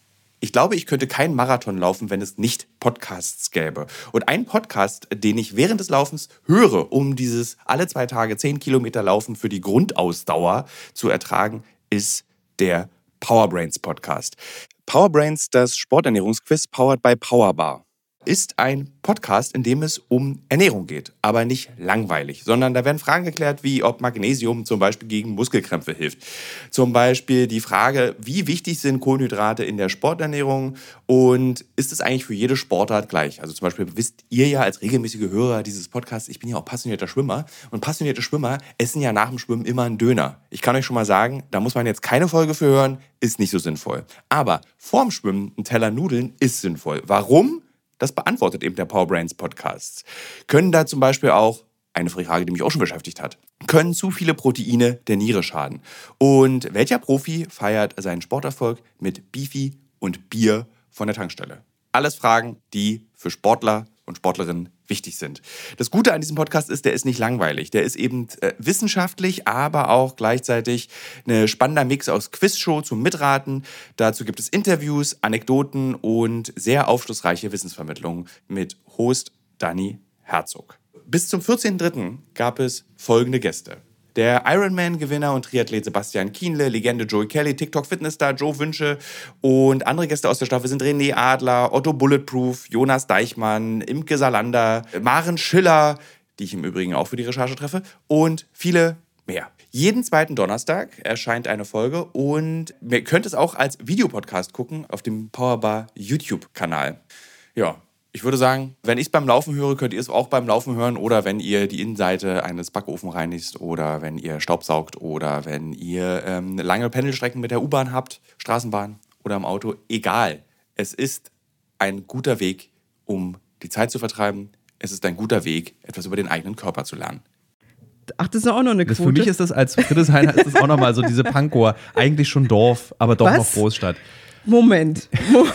Ich glaube, ich könnte keinen Marathon laufen, wenn es nicht Podcasts gäbe. Und ein Podcast, den ich während des Laufens höre, um dieses alle 2 Tage 10 Kilometer Laufen für die Grundausdauer zu ertragen, ist der Powerbrains Podcast. Powerbrains, das Sporternährungsquiz, powered by Powerbar, ist ein Podcast, in dem es um Ernährung geht, aber nicht langweilig, sondern da werden Fragen geklärt, wie ob Magnesium zum Beispiel gegen Muskelkrämpfe hilft. Zum Beispiel die Frage, wie wichtig sind Kohlenhydrate in der Sporternährung und ist es eigentlich für jede Sportart gleich? Also zum Beispiel wisst ihr ja als regelmäßige Hörer dieses Podcasts, ich bin ja auch passionierter Schwimmer und passionierte Schwimmer essen ja nach dem Schwimmen immer einen Döner. Ich kann euch schon mal sagen, da muss man jetzt keine Folge für hören, ist nicht so sinnvoll. Aber vorm Schwimmen ein Teller Nudeln ist sinnvoll. Warum? Das beantwortet eben der Powerbrains Podcast. Können da zum Beispiel auch, eine Frage, die mich auch schon beschäftigt hat, können zu viele Proteine der Niere schaden? Und welcher Profi feiert seinen Sporterfolg mit Beefy und Bier von der Tankstelle? Alles Fragen, die für Sportler und Sportlerinnen wichtig sind. Das Gute an diesem Podcast ist, der ist nicht langweilig. Der ist eben wissenschaftlich, aber auch gleichzeitig ein spannender Mix aus Quizshow zum Mitraten. Dazu gibt es Interviews, Anekdoten und sehr aufschlussreiche Wissensvermittlung mit Host Dani Herzog. Bis zum 14.03. gab es folgende Gäste. Der Ironman-Gewinner und Triathlet Sebastian Kienle, Legende Joey Kelly, TikTok-Fitnessstar Joe Wünsche und andere Gäste aus der Staffel sind René Adler, Otto Bulletproof, Jonas Deichmann, Imke Salander, Maren Schiller, die ich im Übrigen auch für die Recherche treffe, und viele mehr. Jeden zweiten Donnerstag erscheint eine Folge und ihr könnt es auch als Videopodcast gucken auf dem Powerbar YouTube-Kanal. Ja. Ich würde sagen, wenn ich es beim Laufen höre, könnt ihr es auch beim Laufen hören oder wenn ihr die Innenseite eines Backofens reinigt oder wenn ihr Staubsaugt oder wenn ihr lange Pendelstrecken mit der U-Bahn habt, Straßenbahn oder im Auto. Egal. Es ist ein guter Weg, um die Zeit zu vertreiben. Es ist ein guter Weg, etwas über den eigenen Körper zu lernen. Ach, das ist auch noch eine Quote. Für mich ist das als Friedrichshainer ist das auch nochmal so diese Pankow. Eigentlich schon Dorf, aber doch noch Großstadt. Moment.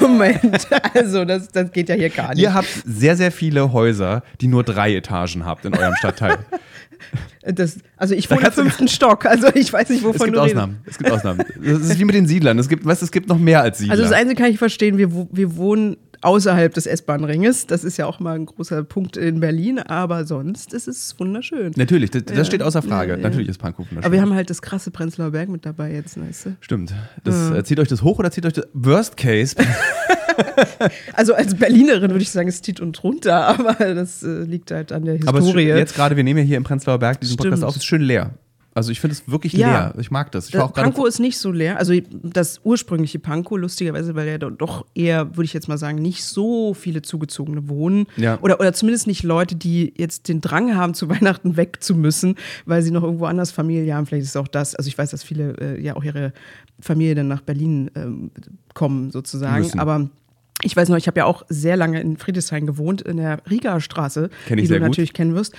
Also, das geht ja hier gar nicht. Ihr habt sehr, sehr viele Häuser, die nur 3 Etagen habt in eurem Stadtteil. Also ich wohne im 5. Stock, also ich weiß nicht, wovon du redest. Es gibt Ausnahmen. Das ist wie mit den Siedlern. Es gibt noch mehr als Siedler. Also das Einzige kann ich verstehen, wir wohnen außerhalb des S-Bahn-Ringes. Das ist ja auch mal ein großer Punkt in Berlin, aber sonst ist es wunderschön. Natürlich, das steht außer Frage. Ja. Natürlich ist Pankow wunderschön. Aber wir haben halt das krasse Prenzlauer Berg mit dabei jetzt, weißt du? Stimmt. Zieht euch das hoch oder zieht euch das Worst Case? Also als Berlinerin würde ich sagen, es zieht und runter, aber das liegt halt an der Historie. Aber jetzt gerade, wir nehmen ja hier im Prenzlauer Berg diesen Podcast auf, ist schön leer. Also ich finde es wirklich leer. Ich mag das. Pankow ist nicht so leer. Also das ursprüngliche Pankow, lustigerweise, weil ja doch eher, würde ich jetzt mal sagen, nicht so viele Zugezogene wohnen. Ja. Oder zumindest nicht Leute, die jetzt den Drang haben, zu Weihnachten weg zu müssen, weil sie noch irgendwo anders Familie haben. Vielleicht ist es auch das. Also ich weiß, dass viele ja auch ihre Familie dann nach Berlin kommen, sozusagen. Müssen. Aber ich weiß noch, ich habe ja auch sehr lange in Friedrichshain gewohnt, in der Rigastraße, die du natürlich kennen wirst.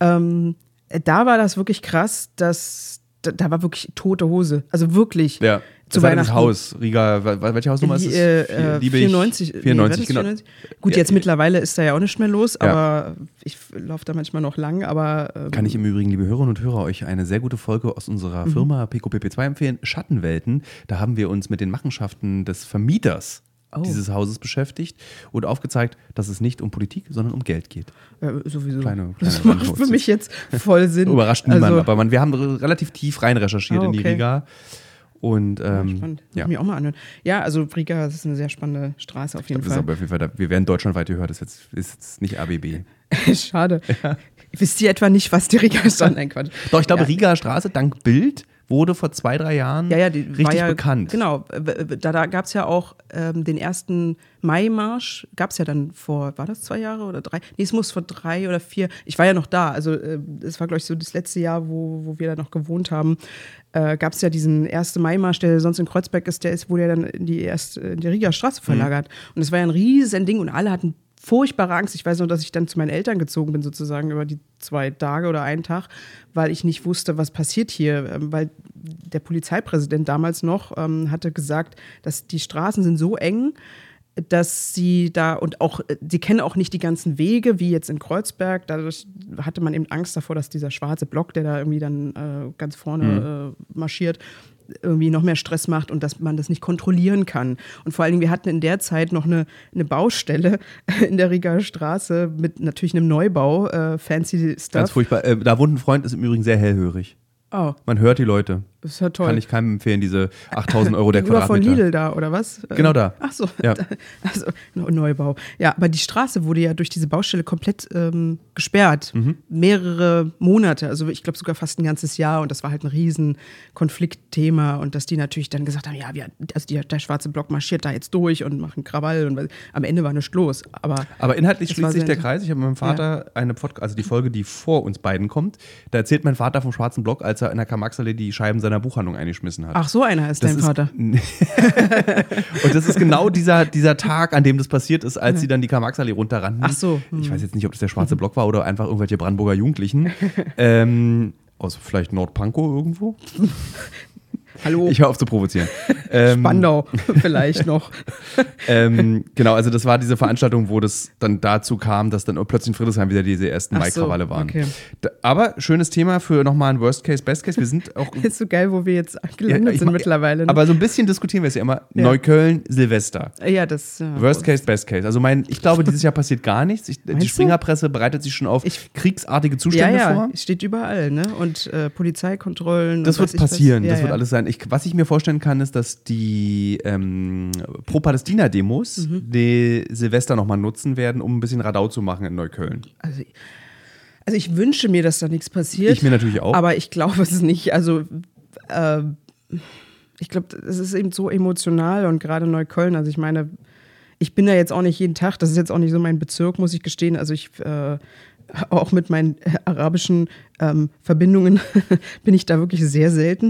Da war das wirklich krass, dass da war wirklich tote Hose. Also wirklich. Ja. Zu Weihnachten. Das Haus, Riga, welche Hausnummer ist es? 94. 94, genau. 94? Gut, jetzt mittlerweile ist da ja auch nicht mehr los, aber ich laufe da manchmal noch lang, aber kann ich im Übrigen, liebe Hörerinnen und Hörer, euch eine sehr gute Folge aus unserer Firma PQPP2 empfehlen, Schattenwelten. Da haben wir uns mit den Machenschaften des Vermieters dieses Hauses beschäftigt und aufgezeigt, dass es nicht um Politik, sondern um Geld geht. Sowieso. Kleine das macht für mich jetzt voll Sinn. Überrascht niemand, aber wir haben relativ tief rein recherchiert in die Riga. Und, spannend. Das muss ich mir auch mal anhören. Ja, also Riga, das ist eine sehr spannende Straße auf jeden Fall. Aber auf jeden Fall. Wir werden deutschlandweit gehört, das ist jetzt nicht ABB. Schade. Ja. Wisst ihr etwa nicht, was die Riga-Straße einquatscht? Doch, ich glaube, Riga-Straße, dank Bild, wurde vor 2-3 Jahren richtig bekannt. Genau, da gab es ja auch den ersten Mai-Marsch, gab es ja dann war das 2 Jahre oder 3? Nee, es muss vor 3 oder 4, ich war ja noch da, also es war, glaube ich, so das letzte Jahr, wo wir da noch gewohnt haben, gab es ja diesen 1. Mai-Marsch, der sonst in Kreuzberg ist, wurde ja dann in die Riga-Straße verlagert. Und es war ja ein riesen Ding und alle hatten furchtbare Angst. Ich weiß noch, dass ich dann zu meinen Eltern gezogen bin, sozusagen über die 2 Tage oder einen Tag, weil ich nicht wusste, was passiert hier. Weil der Polizeipräsident damals noch hatte gesagt, dass die Straßen sind so eng, dass sie da und auch, sie kennen auch nicht die ganzen Wege, wie jetzt in Kreuzberg. Dadurch hatte man eben Angst davor, dass dieser schwarze Block, der da irgendwie dann ganz vorne marschiert, irgendwie noch mehr Stress macht und dass man das nicht kontrollieren kann. Und vor allen Dingen, wir hatten in der Zeit noch eine Baustelle in der Rieger Straße mit natürlich einem Neubau, fancy Stuff. Ganz furchtbar. Da wohnt ein Freund, ist im Übrigen sehr hellhörig. Oh. Man hört die Leute. Das ist ja toll. Kann ich keinem empfehlen, diese 8.000 € der Gegenüber Quadratmeter. von Lidl da, oder was? Genau da. Ach so, Ja. Also Neubau. Ja, aber die Straße wurde ja durch diese Baustelle komplett gesperrt. Mehrere Monate, also ich glaube sogar fast ein ganzes Jahr. Und das war halt ein riesen Konfliktthema. Und dass die natürlich dann gesagt haben, ja, der schwarze Block marschiert da jetzt durch und machen Krawall. Und am Ende war nichts los. Aber inhaltlich das schließt war sich sehr- der Kreis. Ich habe mit meinem Vater also die Folge, die vor uns beiden kommt, da erzählt mein Vater vom schwarzen Block, als er in der Karl-Marx-Allee die Scheiben seiner Buchhandlung eingeschmissen hat. Ach, so einer ist dein Vater. Und das ist genau dieser Tag, an dem das passiert ist, als sie dann die Karl-Marx-Allee runterrannten. Ach so. Ich weiß jetzt nicht, ob das der schwarze Block war oder einfach irgendwelche Brandenburger Jugendlichen. Aus vielleicht Nordpankow irgendwo. Hallo, Ich höre auf zu provozieren. Spandau vielleicht noch. Genau, also das war diese Veranstaltung, wo das dann dazu kam, dass dann plötzlich in Friedrichshain wieder diese ersten Ach so, Mai-Krawalle waren. okay. Aber schönes Thema für nochmal ein Worst Case, Best Case. Wir sind auch Ist so geil, wo wir jetzt gelandet ich sind mach- mittlerweile. Ne? Aber so ein bisschen diskutieren wir es ja immer. Ja. Neukölln, Silvester. Ja, das. Ja, Worst Case, Best Case. Also ich glaube, dieses Jahr passiert gar nichts. Die Meinst du? Springerpresse bereitet sich schon auf kriegsartige Zustände ja, vor. steht überall, ne? Und Polizeikontrollen. Das und wird weiß ich was. passieren, Ja, das wird ja. alles sein. Was ich mir vorstellen kann, ist, dass die Pro-Palästina-Demos die Silvester nochmal nutzen werden, um ein bisschen Radau zu machen in Neukölln. Also ich wünsche mir, dass da nichts passiert. Ich mir natürlich auch. Aber ich glaube es nicht. Also ich glaube, es ist eben so emotional und gerade Neukölln. Also ich meine, ich bin da jetzt auch nicht jeden Tag. Das ist jetzt auch nicht so mein Bezirk, muss ich gestehen. Also ich auch mit meinen arabischen Verbindungen bin ich da wirklich sehr selten.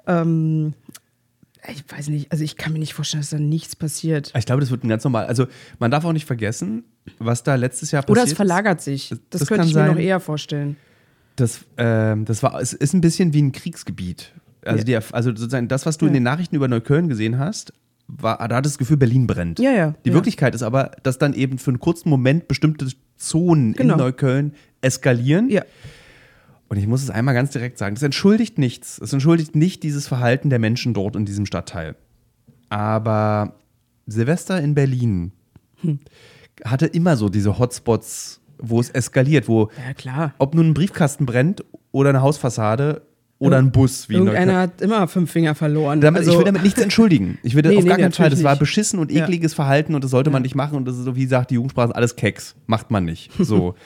Ich weiß nicht, also ich kann mir nicht vorstellen, dass da nichts passiert. Ich glaube, das wird ein ganz normal. Also man darf auch nicht vergessen, was da letztes Jahr Oder passiert es verlagert sich. Das Das könnte kann ich mir sein. noch eher vorstellen. Es ist ein bisschen wie ein Kriegsgebiet. Also, also sozusagen das, was du in den Nachrichten über Neukölln gesehen hast, da hattest du das Gefühl, Berlin brennt. Ja, ja. Die ja. Wirklichkeit ist aber, dass dann eben für einen kurzen Moment bestimmte Zonen Genau. in Neukölln eskalieren. Ja. Und ich muss es einmal ganz direkt sagen, das entschuldigt nichts. Es entschuldigt nicht dieses Verhalten der Menschen dort in diesem Stadtteil. Aber Silvester in Berlin hatte immer so diese Hotspots, wo es eskaliert, wo Ja, klar. ob nun ein Briefkasten brennt oder eine Hausfassade oder ein Bus. Wie in Irgendeiner Neukölln. hat immer 5 Finger verloren. Ich will damit nichts entschuldigen. Ich will Nee, auf gar nee, keinen Fall. Das natürlich war nicht. beschissen und ekliges Verhalten und das sollte man nicht machen. Und das ist so, wie sagt die Jugendsprache, alles Keks. Macht man nicht. So.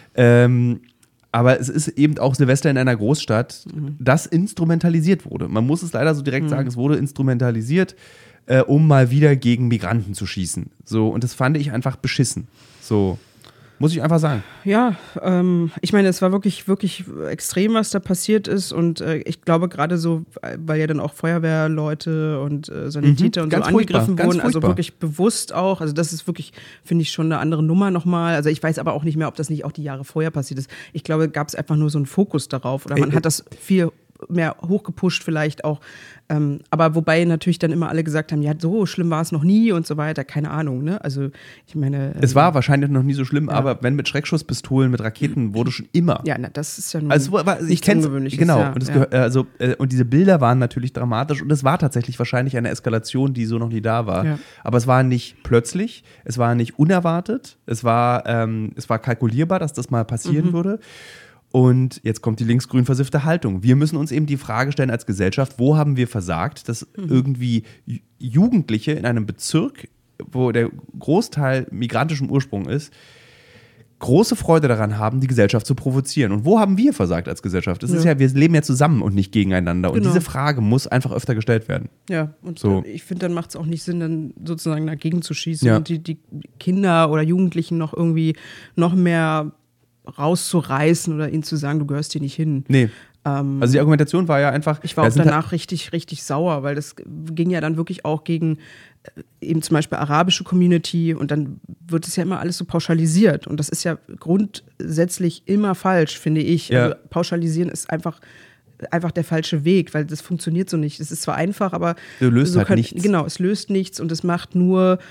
Aber es ist eben auch Silvester in einer Großstadt, das instrumentalisiert wurde. Man muss es leider so direkt sagen, es wurde instrumentalisiert, um mal wieder gegen Migranten zu schießen. So, und das fand ich einfach beschissen. So, muss ich einfach sagen. Ja, ich meine, es war wirklich, wirklich extrem, was da passiert ist. Und ich glaube, gerade so, weil ja dann auch Feuerwehrleute und Sanitäter und so Ganz furchtbar, angegriffen ganz wurden, also furchtbar. wirklich bewusst auch. Also das ist wirklich, finde ich, schon eine andere Nummer nochmal. Also ich weiß aber auch nicht mehr, ob das nicht auch die Jahre vorher passiert ist. Ich glaube, gab es einfach nur so einen Fokus darauf. Oder man hat das viel mehr hochgepusht vielleicht auch. Aber wobei natürlich dann immer alle gesagt haben, ja, so schlimm war es noch nie und so weiter. Keine Ahnung, ne? Also ich meine. Es war wahrscheinlich noch nie so schlimm, aber wenn mit Schreckschusspistolen, mit Raketen, wurde schon immer. Ja, na, das ist ja nun Ich nichts kenn's, Ungewöhnliches. genau. Ja, Und, das ja. und diese Bilder waren natürlich dramatisch und es war tatsächlich wahrscheinlich eine Eskalation, die so noch nie da war. Ja. Aber es war nicht plötzlich, es war nicht unerwartet, es war kalkulierbar, dass das mal passieren würde. Und jetzt kommt die linksgrün versiffte Haltung. Wir müssen uns eben die Frage stellen als Gesellschaft, wo haben wir versagt, dass irgendwie Jugendliche in einem Bezirk, wo der Großteil migrantischem Ursprung ist, große Freude daran haben, die Gesellschaft zu provozieren. Und wo haben wir versagt als Gesellschaft? Es ist ja, wir leben ja zusammen und nicht gegeneinander. Und Genau. diese Frage muss einfach öfter gestellt werden. Ja, und So. ich finde, dann macht es auch nicht Sinn, dann sozusagen dagegen zu schießen Ja. und die Kinder oder Jugendlichen noch irgendwie noch mehr rauszureißen oder ihnen zu sagen, du gehörst hier nicht hin. Nee. Also die Argumentation war ja einfach. Ich war da auch sind danach richtig, richtig sauer, weil das ging ja dann wirklich auch gegen eben zum Beispiel arabische Community und dann wird es ja immer alles so pauschalisiert und das ist ja grundsätzlich immer falsch, finde ich. Ja. Also pauschalisieren ist einfach der falsche Weg, weil das funktioniert so nicht. Es ist zwar einfach, aber Du löst halt nichts. Genau, es löst nichts und es macht nur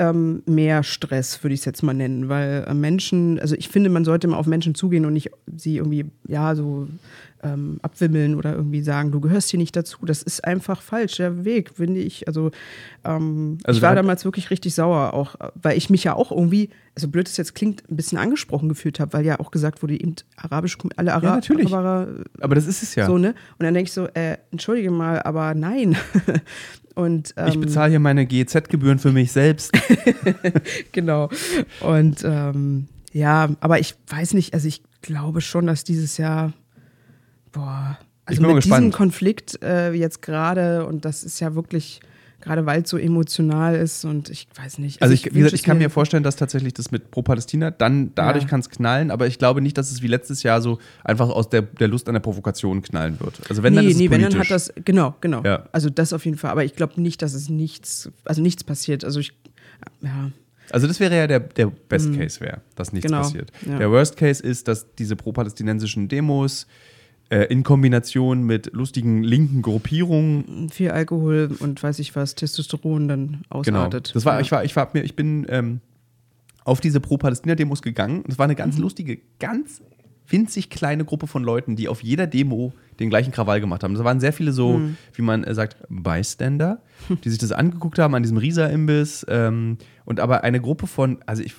mehr Stress, würde ich es jetzt mal nennen, weil Menschen, also ich finde, man sollte immer auf Menschen zugehen und nicht sie irgendwie, so abwimmeln oder irgendwie sagen, du gehörst hier nicht dazu. Das ist einfach falsch, der Weg, finde ich. Also ich war damals wirklich richtig sauer, auch weil ich mich ja auch irgendwie, also blöd es jetzt klingt, ein bisschen angesprochen gefühlt habe, weil ja auch gesagt wurde, eben alle Araber. Ja, natürlich. Aber das ist es ja. So, ne? Und dann denke ich so, entschuldige mal, aber nein. Und, ich bezahle hier meine GEZ-Gebühren für mich selbst. Genau. Und aber ich weiß nicht, also ich glaube schon, dass dieses Jahr, also mit diesem Konflikt jetzt gerade, und das ist ja wirklich, gerade weil es so emotional ist und ich weiß nicht. Also ich kann mir vorstellen, dass tatsächlich das mit Pro-Palästina dann dadurch kann es knallen, aber ich glaube nicht, dass es wie letztes Jahr so einfach aus der Lust an der Provokation knallen wird. Also wenn dann ist es politisch. Wenn dann hat das, genau. Ja. Also das auf jeden Fall, aber ich glaube nicht, dass es nichts passiert. Also Also das wäre ja der Best Case wäre, dass nichts passiert. Ja. Der Worst Case ist, dass diese pro-palästinensischen Demos in Kombination mit lustigen linken Gruppierungen. Viel Alkohol und weiß ich was, Testosteron dann ausartet. Genau. Ich bin auf diese Pro-Palästina-Demos gegangen. Das war eine ganz lustige, ganz winzig kleine Gruppe von Leuten, die auf jeder Demo den gleichen Krawall gemacht haben. Das waren sehr viele so, wie man sagt, Bystander, die sich das angeguckt haben an diesem Risa-Imbiss. Und aber eine Gruppe von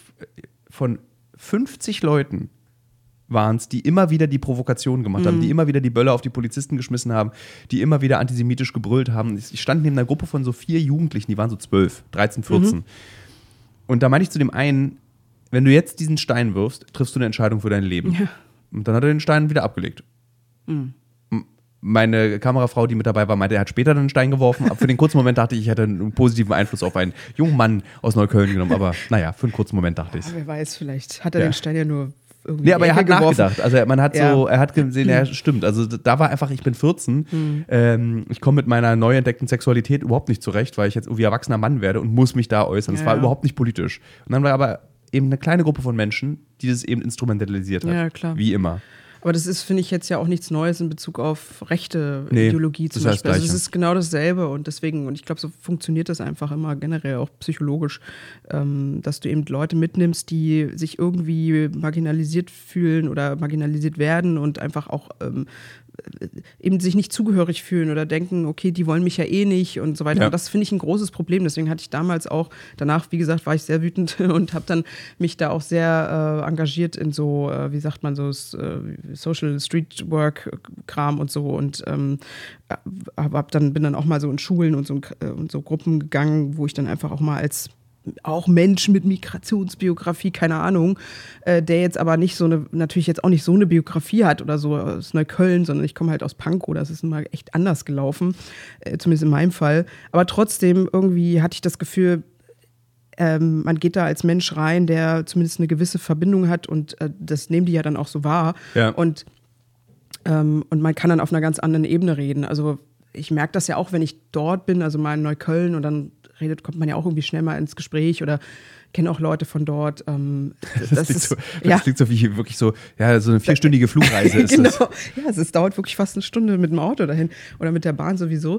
50 Leuten waren es, die immer wieder die Provokation gemacht haben, die immer wieder die Böller auf die Polizisten geschmissen haben, die immer wieder antisemitisch gebrüllt haben. Ich stand neben einer Gruppe von so 4 Jugendlichen, die waren so 12, 13, 14. Und da meinte ich zu dem einen, wenn du jetzt diesen Stein wirfst, triffst du eine Entscheidung für dein Leben. Ja. Und dann hat er den Stein wieder abgelegt. Meine Kamerafrau, die mit dabei war, meinte, er hat später den Stein geworfen. Aber für den kurzen Moment dachte ich, hätte einen positiven Einfluss auf einen jungen Mann aus Neukölln genommen. Aber naja, für einen kurzen Moment dachte ich es. Wer weiß, vielleicht hat er den Stein ja nur irgendwie. Nee, aber er hat nachgedacht. Also er hat gesehen, ja, stimmt. Also da war einfach, ich bin 14. Ich komme mit meiner neu entdeckten Sexualität überhaupt nicht zurecht, weil ich jetzt irgendwie erwachsener Mann werde und muss mich da äußern. Das war überhaupt nicht politisch. Und dann war aber eben eine kleine Gruppe von Menschen, die das eben instrumentalisiert hat. Ja, klar. Wie immer. Aber das ist, finde ich, jetzt ja auch nichts Neues in Bezug auf rechte Ideologie zum Beispiel. Also es ist genau dasselbe und deswegen, und ich glaube, so funktioniert das einfach immer generell auch psychologisch, dass du eben Leute mitnimmst, die sich irgendwie marginalisiert fühlen oder marginalisiert werden und einfach auch eben sich nicht zugehörig fühlen oder denken, okay, die wollen mich ja eh nicht und so weiter. Ja. Und das finde ich ein großes Problem. Deswegen hatte ich damals auch, danach, wie gesagt, war ich sehr wütend und habe dann mich da auch sehr engagiert in so, wie sagt man, so Social Street Work Kram und so und bin dann auch mal so in Schulen und so Gruppen gegangen, wo ich dann einfach auch mal als auch Mensch mit Migrationsbiografie, keine Ahnung, der jetzt aber nicht natürlich jetzt auch nicht so eine Biografie hat oder so aus Neukölln, sondern ich komme halt aus Pankow, das ist mal echt anders gelaufen, zumindest in meinem Fall. Aber trotzdem irgendwie hatte ich das Gefühl, man geht da als Mensch rein, der zumindest eine gewisse Verbindung hat und das nehmen die ja dann auch so wahr. Ja. Und man kann dann auf einer ganz anderen Ebene reden. Also ich merke das ja auch, wenn ich dort bin, also mal in Neukölln und dann kommt man ja auch irgendwie schnell mal ins Gespräch oder kenne auch Leute von dort. Das klingt so wie wirklich so eine 4-stündige Flugreise ist genau. Das. Ja, es dauert wirklich fast eine Stunde mit dem Auto dahin oder mit der Bahn sowieso.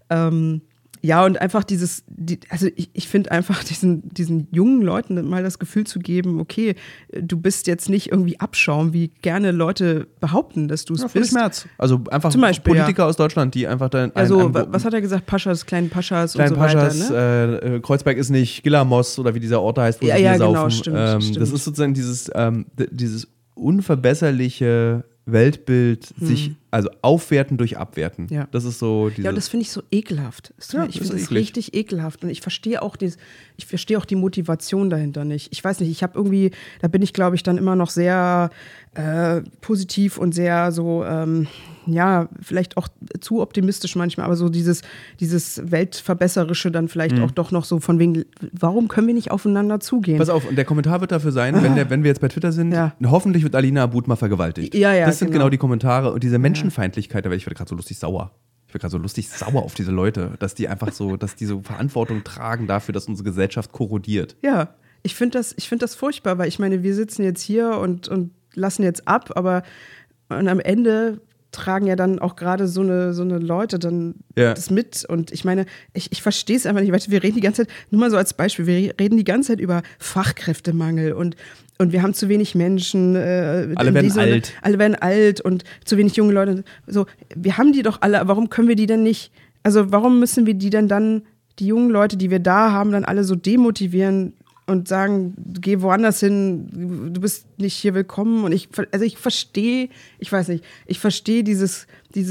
Ja, und einfach ich finde einfach diesen jungen Leuten mal das Gefühl zu geben, okay, du bist jetzt nicht irgendwie Abschaum, wie gerne Leute behaupten, dass du es bist. Schmerz. Also einfach zum Beispiel, Politiker aus Deutschland, die einfach dann was hat er gesagt? Paschas, kleinen Paschas und so weiter. Ne? Kreuzberg ist nicht Gilamos oder wie dieser Ort heißt, wo sie Bier saufen. Genau, stimmt. Das ist sozusagen dieses unverbesserliche Weltbild sich also aufwerten durch Abwerten. Ja. Das ist so und das finde ich so ekelhaft. Ich finde das richtig ekelhaft und ich verstehe auch die Motivation dahinter nicht. Ich weiß nicht, da bin ich glaube ich dann immer noch sehr positiv und sehr so vielleicht auch zu optimistisch manchmal, aber so dieses Weltverbesserische dann vielleicht auch doch noch so von wegen, warum können wir nicht aufeinander zugehen? Pass auf, und der Kommentar wird dafür sein, wenn wir jetzt bei Twitter sind, hoffentlich wird Alina Abud mal vergewaltigt. Ja, das sind genau die Kommentare und diese Menschenfeindlichkeit, ich werde gerade so lustig sauer. Ich werde gerade so lustig sauer auf diese Leute, dass die einfach so, dass die so Verantwortung tragen dafür, dass unsere Gesellschaft korrodiert. Ja, ich finde das furchtbar, weil ich meine, wir sitzen jetzt hier und lassen jetzt ab, aber am Ende tragen ja dann auch gerade so eine Leute dann das mit. Und ich meine, ich verstehe es einfach nicht. Weißt du, wir reden die ganze Zeit, nur mal so als Beispiel, wir reden die ganze Zeit über Fachkräftemangel und wir haben zu wenig Menschen. Alle werden alt und zu wenig junge Leute. So, wir haben die doch alle, warum können wir die denn nicht, also warum müssen wir die denn dann, die jungen Leute, die wir da haben, dann alle so demotivieren und sagen, geh woanders hin, du bist nicht hier willkommen. Und ich verstehe dieses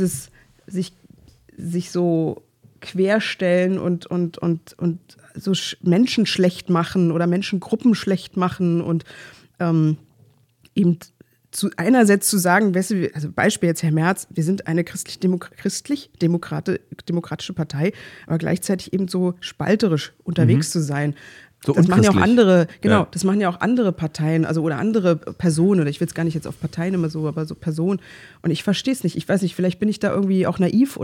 sich so querstellen und so Menschen schlecht machen oder Menschengruppen schlecht machen und eben einerseits zu sagen, also Beispiel jetzt Herr Merz, wir sind eine christlich-demokratische Partei, aber gleichzeitig eben so spalterisch unterwegs zu sein. So das machen ja auch andere, Ja. Das machen ja auch andere Parteien, also oder andere Personen, oder ich will es gar nicht jetzt auf Parteien immer so, aber so Personen. Und ich verstehe es nicht. Ich weiß nicht, vielleicht bin ich da irgendwie auch naiv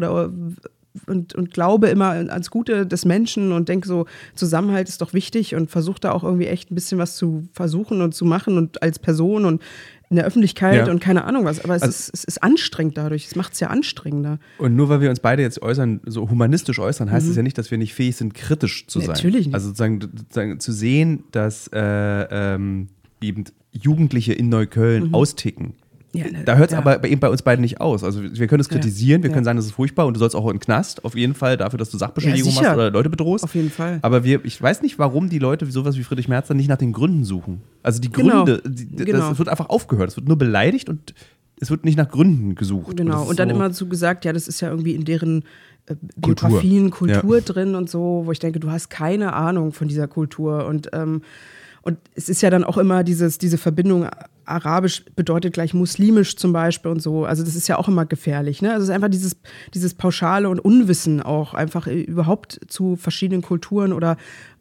und glaube immer ans Gute des Menschen und denke so, Zusammenhalt ist doch wichtig und versuche da auch irgendwie echt ein bisschen was zu versuchen und zu machen und als Person und in der Öffentlichkeit und keine Ahnung was. Aber es ist anstrengend dadurch. Es macht es ja anstrengender. Und nur weil wir uns beide jetzt so humanistisch äußern, heißt es ja nicht, dass wir nicht fähig sind, kritisch zu sein. Natürlich nicht. Also sozusagen zu sehen, dass eben Jugendliche in Neukölln austicken. Ja, Da hört es aber eben bei uns beiden nicht aus. Also wir können es kritisieren, wir können sagen, das ist furchtbar und du sollst auch in den Knast, auf jeden Fall, dafür, dass du Sachbeschädigung machst oder Leute bedrohst. Auf jeden Fall. Aber ich weiß nicht, warum die Leute sowas wie Friedrich Merz dann nicht nach den Gründen suchen. Also die Gründe, es wird einfach aufgehört, es wird nur beleidigt und es wird nicht nach Gründen gesucht. Genau, und dann immer so gesagt, ja, das ist ja irgendwie in deren Biografien, Kultur drin und so, wo ich denke, du hast keine Ahnung von dieser Kultur und es ist ja dann auch immer diese Verbindung, Arabisch bedeutet gleich muslimisch zum Beispiel und so. Also das ist ja auch immer gefährlich. Ne? Also es ist einfach dieses Pauschale und Unwissen auch einfach überhaupt zu verschiedenen Kulturen oder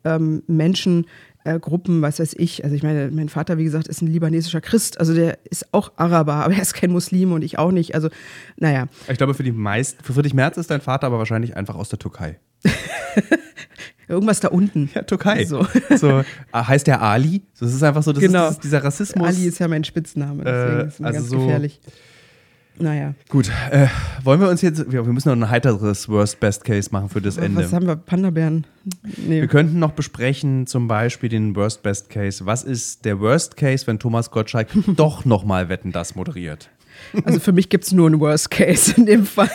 Menschengruppen, was weiß ich. Also ich meine, mein Vater, wie gesagt, ist ein libanesischer Christ. Also der ist auch Araber, aber er ist kein Muslim und ich auch nicht. Also naja. Ich glaube, für Friedrich Merz ist dein Vater aber wahrscheinlich einfach aus der Türkei. Irgendwas da unten. Ja, Türkei. So. Heißt der Ali? Das ist einfach so, das ist dieser Rassismus. Ali ist ja mein Spitzname, deswegen ist es ganz gefährlich. Naja. Gut, wollen wir uns jetzt, wir müssen noch ein heiteres Worst-Best-Case machen für das Ende. Was haben wir? Panda-Bären? Nee. Wir könnten noch besprechen, zum Beispiel den Worst-Best-Case. Was ist der Worst-Case, wenn Thomas Gottschalk doch nochmal Wetten, das moderiert? Also für mich gibt es nur einen Worst Case in dem Fall.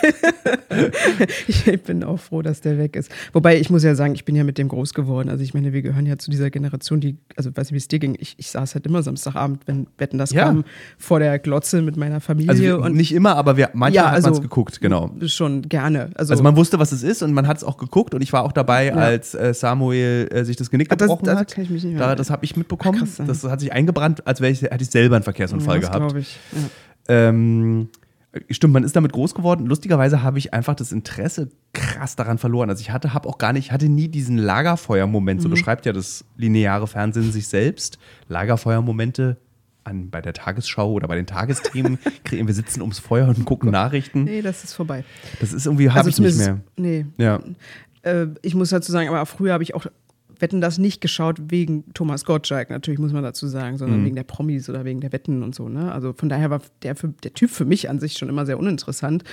Ich bin auch froh, dass der weg ist. Wobei, ich muss ja sagen, ich bin ja mit dem groß geworden. Also ich meine, wir gehören ja zu dieser Generation, also weiß nicht, wie es dir ging. Ich saß halt immer Samstagabend, wenn Wetten, das kam, vor der Glotze mit meiner Familie. Also nicht immer, aber manchmal hat man es geguckt, genau. Schon gerne. Also man wusste, was es ist und man hat es auch geguckt und ich war auch dabei, als Samuel sich das Genick gebrochen hat. Kann ich mich nicht mehr das habe ich mitbekommen. Krass, ja. Das hat sich eingebrannt, als hätte ich selber einen Verkehrsunfall gehabt. glaube ich, ja. Stimmt, man ist damit groß geworden. Lustigerweise habe ich einfach das Interesse krass daran verloren. Also ich hatte nie diesen Lagerfeuer-Moment. So beschreibt ja das lineare Fernsehen sich selbst. Lagerfeuer-Momente bei der Tagesschau oder bei den Tagesthemen. Wir sitzen ums Feuer und gucken Nachrichten. Nee, das ist vorbei. Das ist irgendwie, habe ich nicht mehr. Nee. Ja. Ich muss dazu sagen, aber früher habe ich auch Wetten, das nicht geschaut wegen Thomas Gottschalk, natürlich muss man dazu sagen, sondern wegen der Promis oder wegen der Wetten und so. Ne? Also von daher war der Typ für mich an sich schon immer sehr uninteressant.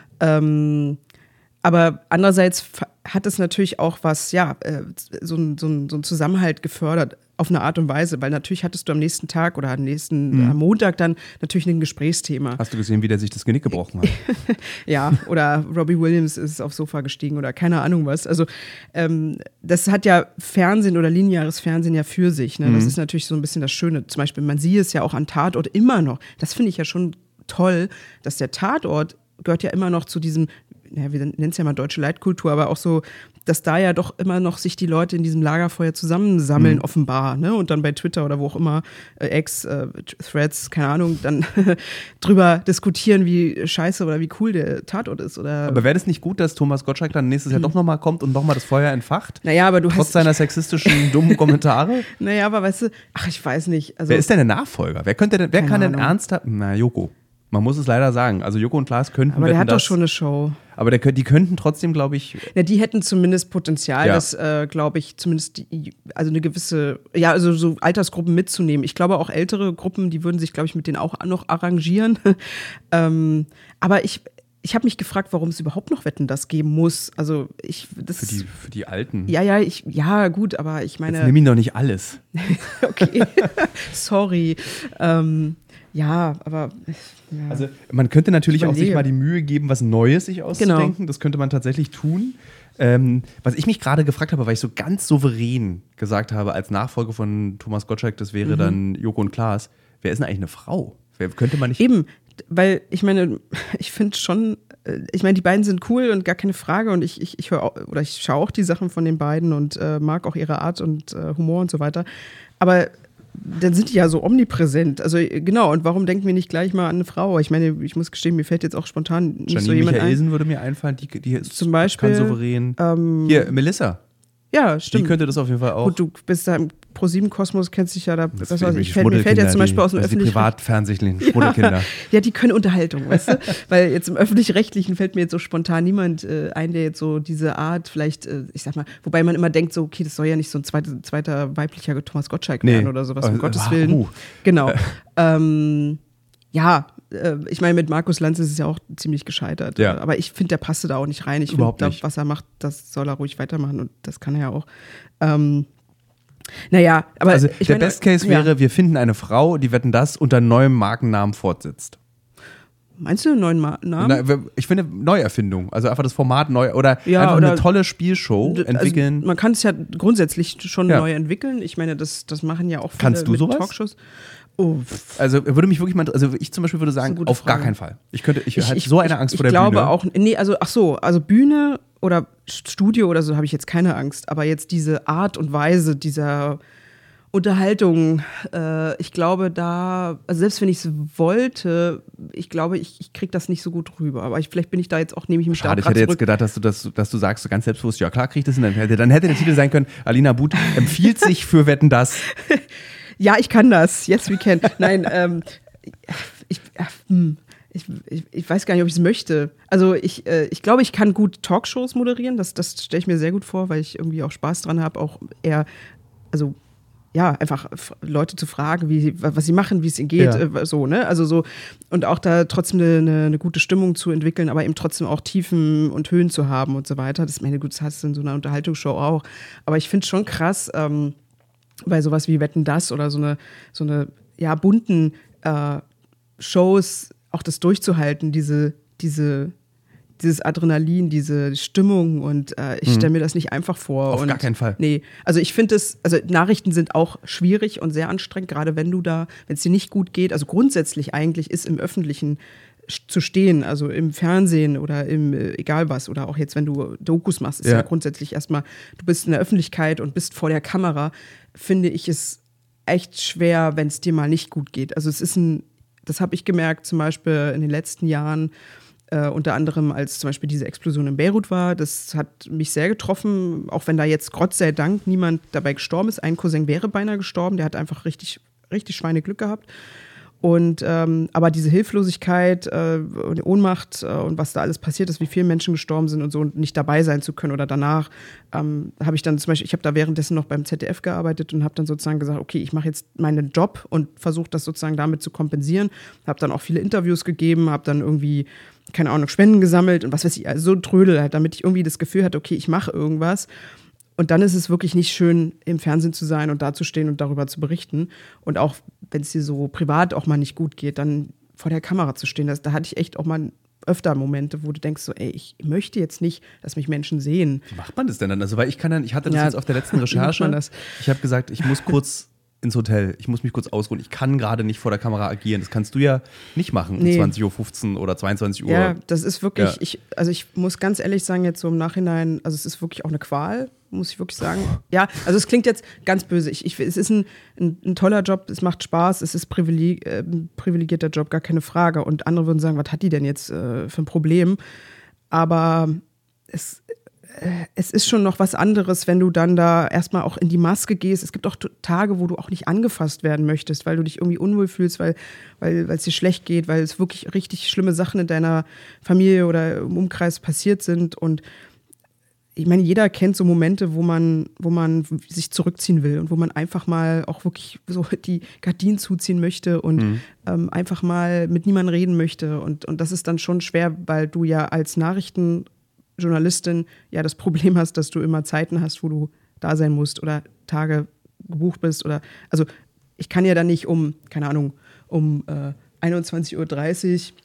Aber andererseits hat es natürlich auch was, so ein Zusammenhalt gefördert auf eine Art und Weise, weil natürlich hattest du am nächsten Tag oder am Montag dann natürlich ein Gesprächsthema. Hast du gesehen, wie der sich das Genick gebrochen hat? Ja, oder Robbie Williams ist aufs Sofa gestiegen oder keine Ahnung was. Also das hat ja Fernsehen oder lineares Fernsehen ja für sich. Ne? Das ist natürlich so ein bisschen das Schöne. Zum Beispiel, man sieht es ja auch an Tatort immer noch. Das finde ich ja schon toll, dass der Tatort gehört ja immer noch zu diesem, wir nennen es ja mal deutsche Leitkultur, aber auch so, dass da ja doch immer noch sich die Leute in diesem Lagerfeuer zusammensammeln, offenbar, ne? Und dann bei Twitter oder wo auch immer, Threads, keine Ahnung, dann drüber diskutieren, wie scheiße oder wie cool der Tatort ist. Aber wäre das nicht gut, dass Thomas Gottschalk dann nächstes Jahr doch nochmal kommt und nochmal das Feuer entfacht? Naja, aber trotz seiner sexistischen, dummen Kommentare? Naja, aber weißt du, ich weiß nicht. Also, wer ist denn der Nachfolger? Wer kann denn ernsthaft? Joko. Man muss es leider sagen. Also Joko und Klaas könnten. Aber der hat doch schon eine Show. Aber die könnten trotzdem, glaube ich. Ja, die hätten zumindest Potenzial, das, glaube ich, zumindest also eine gewisse, ja, also so Altersgruppen mitzunehmen. Ich glaube auch ältere Gruppen, die würden sich, glaube ich, mit denen auch noch arrangieren. Aber ich habe mich gefragt, warum es überhaupt noch Wetten, das geben muss. Also für die Alten. Ja, gut, aber ich meine. Jetzt nimm ihn doch nicht alles. Okay, sorry. Ja, aber. Ja. Also man könnte natürlich auch sich mal die Mühe geben, was Neues sich auszudenken. Genau. Das könnte man tatsächlich tun. Was ich mich gerade gefragt habe, weil ich so ganz souverän gesagt habe, als Nachfolger von Thomas Gottschalk, das wäre dann Joko und Klaas. Wer ist denn eigentlich eine Frau? Wer könnte man nicht. Eben, weil ich meine, ich finde schon, ich meine, die beiden sind cool und gar keine Frage und ich schaue auch die Sachen von den beiden und mag auch ihre Art und Humor und so weiter. Aber dann sind die ja so omnipräsent. Also genau, und warum denken wir nicht gleich mal an eine Frau? Ich meine, ich muss gestehen, mir fällt jetzt auch spontan nicht Janine so jemand Michaelsen ein. würde mir einfallen, die ist zum Beispiel, ganz souverän. Hier, Melissa. Ja, stimmt. Die könnte das auf jeden Fall auch. Gut, du bist da im ProSieben-Kosmos, kennst dich ja da. Mir fällt ja zum Beispiel aus dem öffentlichen Privatfernsehlichen Schmuddelkinder. Ja, die können Unterhaltung, weißt du? Weil jetzt im Öffentlich-Rechtlichen fällt mir jetzt so spontan niemand ein, der jetzt so diese Art vielleicht, ich sag mal, wobei man immer denkt so, okay, das soll ja nicht so ein zweiter weiblicher Thomas Gottschalk werden oder sowas, um Gottes Willen. Genau. Ja, ich meine, mit Markus Lanz ist es ja auch ziemlich gescheitert. Ja. Aber ich finde, der passte da auch nicht rein. Ich finde, was er macht, das soll er ruhig weitermachen und das kann er ja auch. Naja, aber also der Best Case wäre, wir finden eine Frau, die Wetten, das unter neuem Markennamen fortsetzt. Meinst du einen neuen Namen? Ich finde Neuerfindung, also einfach das Format neu oder einfach eine tolle Spielshow entwickeln. Also man kann es ja grundsätzlich schon neu entwickeln. Ich meine, das machen ja auch viele Kannst du mit sowas? Talkshows. Also würde mich wirklich mal, also ich zum Beispiel würde sagen, auf gar keinen Fall. Ich hätte so eine Angst vor der Bühne. Ich glaube auch, nee, also Bühne oder Studio oder so habe ich jetzt keine Angst, aber jetzt diese Art und Weise dieser Unterhaltung, ich glaube also selbst wenn ich es wollte, ich glaube, ich kriege das nicht so gut rüber, aber vielleicht bin ich da jetzt auch, nehme ich mich Schade, da gerade ich hätte jetzt gedacht, dass du sagst, so ganz selbstbewusst, ja klar, kriege ich das hin, dann hätte der Titel sein können, Alina But empfiehlt sich für Wetten, das. Ja, ich kann das. Yes, we can. Nein, ich weiß gar nicht, ob ich es möchte. Also ich glaube, ich kann gut Talkshows moderieren. Das stelle ich mir sehr gut vor, weil ich irgendwie auch Spaß dran habe, auch eher, also ja, einfach Leute zu fragen, was sie machen, wie es ihnen geht, so, ne? Also so, und auch da trotzdem eine gute Stimmung zu entwickeln, aber eben trotzdem auch Tiefen und Höhen zu haben und so weiter. Das hast du in so einer Unterhaltungsshow auch. Aber ich finde es schon krass, bei sowas wie Wetten, das oder so eine bunten Shows auch das durchzuhalten, dieses Adrenalin, diese Stimmung und ich stelle mir das nicht einfach vor. Auf gar keinen Fall. Nee, also ich finde Nachrichten sind auch schwierig und sehr anstrengend, gerade wenn es dir nicht gut geht. Also grundsätzlich eigentlich ist im Öffentlichen zu stehen, also im Fernsehen oder egal was, oder auch jetzt, wenn du Dokus machst, ist ja grundsätzlich erstmal, du bist in der Öffentlichkeit und bist vor der Kamera, finde ich es echt schwer, wenn es dir mal nicht gut geht. Also das habe ich gemerkt, zum Beispiel in den letzten Jahren, unter anderem als zum Beispiel diese Explosion in Beirut war, das hat mich sehr getroffen, auch wenn da jetzt Gott sei Dank niemand dabei gestorben ist. Ein Cousin wäre beinahe gestorben, der hat einfach richtig, richtig Schweineglück gehabt. Und aber diese Hilflosigkeit und Ohnmacht und was da alles passiert ist, wie viele Menschen gestorben sind und so, und nicht dabei sein zu können oder danach, habe ich dann zum Beispiel, ich habe da währenddessen noch beim ZDF gearbeitet und habe dann sozusagen gesagt, okay, ich mache jetzt meinen Job und versuche das sozusagen damit zu kompensieren. Habe dann auch viele Interviews gegeben, habe dann irgendwie, keine Ahnung, Spenden gesammelt und was weiß ich, also so Trödel halt, damit ich irgendwie das Gefühl hatte, okay, ich mache irgendwas. Und dann ist es wirklich nicht schön, im Fernsehen zu sein und da zu stehen und darüber zu berichten. Und auch, wenn es dir so privat auch mal nicht gut geht, dann vor der Kamera zu stehen. Da hatte ich echt auch mal öfter Momente, wo du denkst so, ey, ich möchte jetzt nicht, dass mich Menschen sehen. Wie macht man das denn dann? Also, weil ich hatte das jetzt auf der letzten Recherche. Ich habe gesagt, ich muss kurz ins Hotel. Ich muss mich kurz ausruhen. Ich kann gerade nicht vor der Kamera agieren. Das kannst du ja nicht machen um 20:15 Uhr oder 22 Uhr. Ja, das ist wirklich, ich muss ganz ehrlich sagen, jetzt so im Nachhinein, also es ist wirklich auch eine Qual, muss ich wirklich sagen. Ja, also es klingt jetzt ganz böse. Es ist ein toller Job, es macht Spaß, es ist ein privilegierter Job, gar keine Frage. Und andere würden sagen, was hat die denn jetzt für ein Problem? Aber es ist schon noch was anderes, wenn du dann da erstmal auch in die Maske gehst. Es gibt auch Tage, wo du auch nicht angefasst werden möchtest, weil du dich irgendwie unwohl fühlst, weil es dir schlecht geht, weil es wirklich richtig schlimme Sachen in deiner Familie oder im Umkreis passiert sind. Und ich meine, jeder kennt so Momente, wo man sich zurückziehen will und wo man einfach mal auch wirklich so die Gardinen zuziehen möchte und einfach mal mit niemandem reden möchte. Und das ist dann schon schwer, weil du ja als Nachrichtenjournalistin ja das Problem hast, dass du immer Zeiten hast, wo du da sein musst oder Tage gebucht bist. Also ich kann ja dann nicht um 21:30 Uhr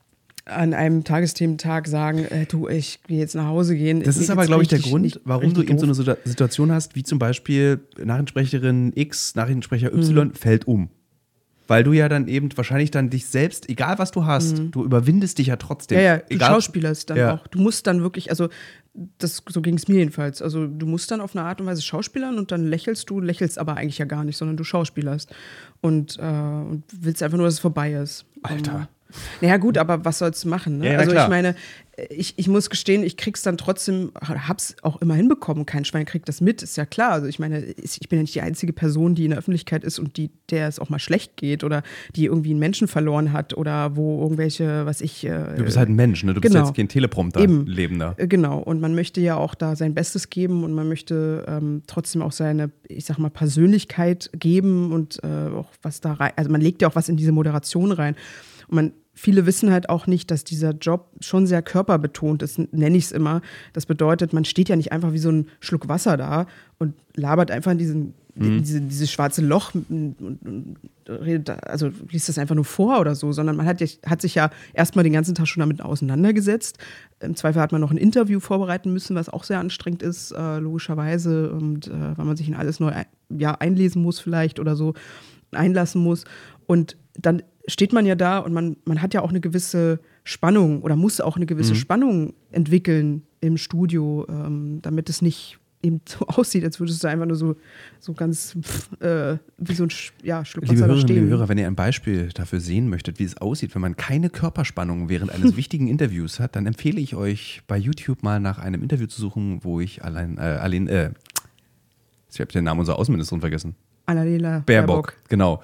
an einem Tagesthementag sagen, du, ich will jetzt nach Hause gehen. Das ist aber, glaube ich, der Grund, warum du eben so eine Situation hast, wie zum Beispiel Nachrichtensprecherin X, Nachrichtensprecher Y fällt um. Weil du ja dann eben wahrscheinlich dann dich selbst, egal was du hast, du überwindest dich ja trotzdem. Ja, du egal, schauspielerst dann auch. Du musst dann wirklich, also so ging es mir jedenfalls. Also du musst dann auf eine Art und Weise schauspielern und dann lächelst aber eigentlich ja gar nicht, sondern du schauspielerst. Und willst einfach nur, dass es vorbei ist. Alter. Naja gut, aber was sollst du machen? Ne? Ja, also klar. ich meine, ich muss gestehen, ich krieg's dann trotzdem, hab's auch immer hinbekommen. Kein Schwein kriegt das mit, ist ja klar. Also ich meine, ich bin ja nicht die einzige Person, die in der Öffentlichkeit ist und der es auch mal schlecht geht oder die irgendwie einen Menschen verloren hat oder wo irgendwelche, du bist halt ein Mensch, ne? Du bist jetzt kein Teleprompter-Lebender. Genau, und man möchte ja auch da sein Bestes geben und man möchte trotzdem auch seine, ich sag mal, Persönlichkeit geben und auch was da rein, also man legt ja auch was in diese Moderation rein. Und viele wissen halt auch nicht, dass dieser Job schon sehr körperbetont ist, nenne ich es immer. Das bedeutet, man steht ja nicht einfach wie so ein Schluck Wasser da und labert einfach in dieses schwarze Loch und redet, also liest das einfach nur vor oder so, sondern man hat sich ja erstmal den ganzen Tag schon damit auseinandergesetzt. Im Zweifel hat man noch ein Interview vorbereiten müssen, was auch sehr anstrengend ist, logischerweise, und weil man sich in alles neu einlesen muss vielleicht oder so, einlassen muss. Und dann steht man ja da und man hat ja auch eine gewisse Spannung oder muss auch eine gewisse Spannung entwickeln im Studio, damit es nicht eben so aussieht, als würdest du einfach nur so ganz wie so ein Schluck Wasser da stehen. Liebe Hörer, wenn ihr ein Beispiel dafür sehen möchtet, wie es aussieht, wenn man keine Körperspannung während eines wichtigen Interviews hat, dann empfehle ich euch, bei YouTube mal nach einem Interview zu suchen, wo ich ich habe den Namen unserer Außenministerin vergessen. Annalena Baerbock, genau.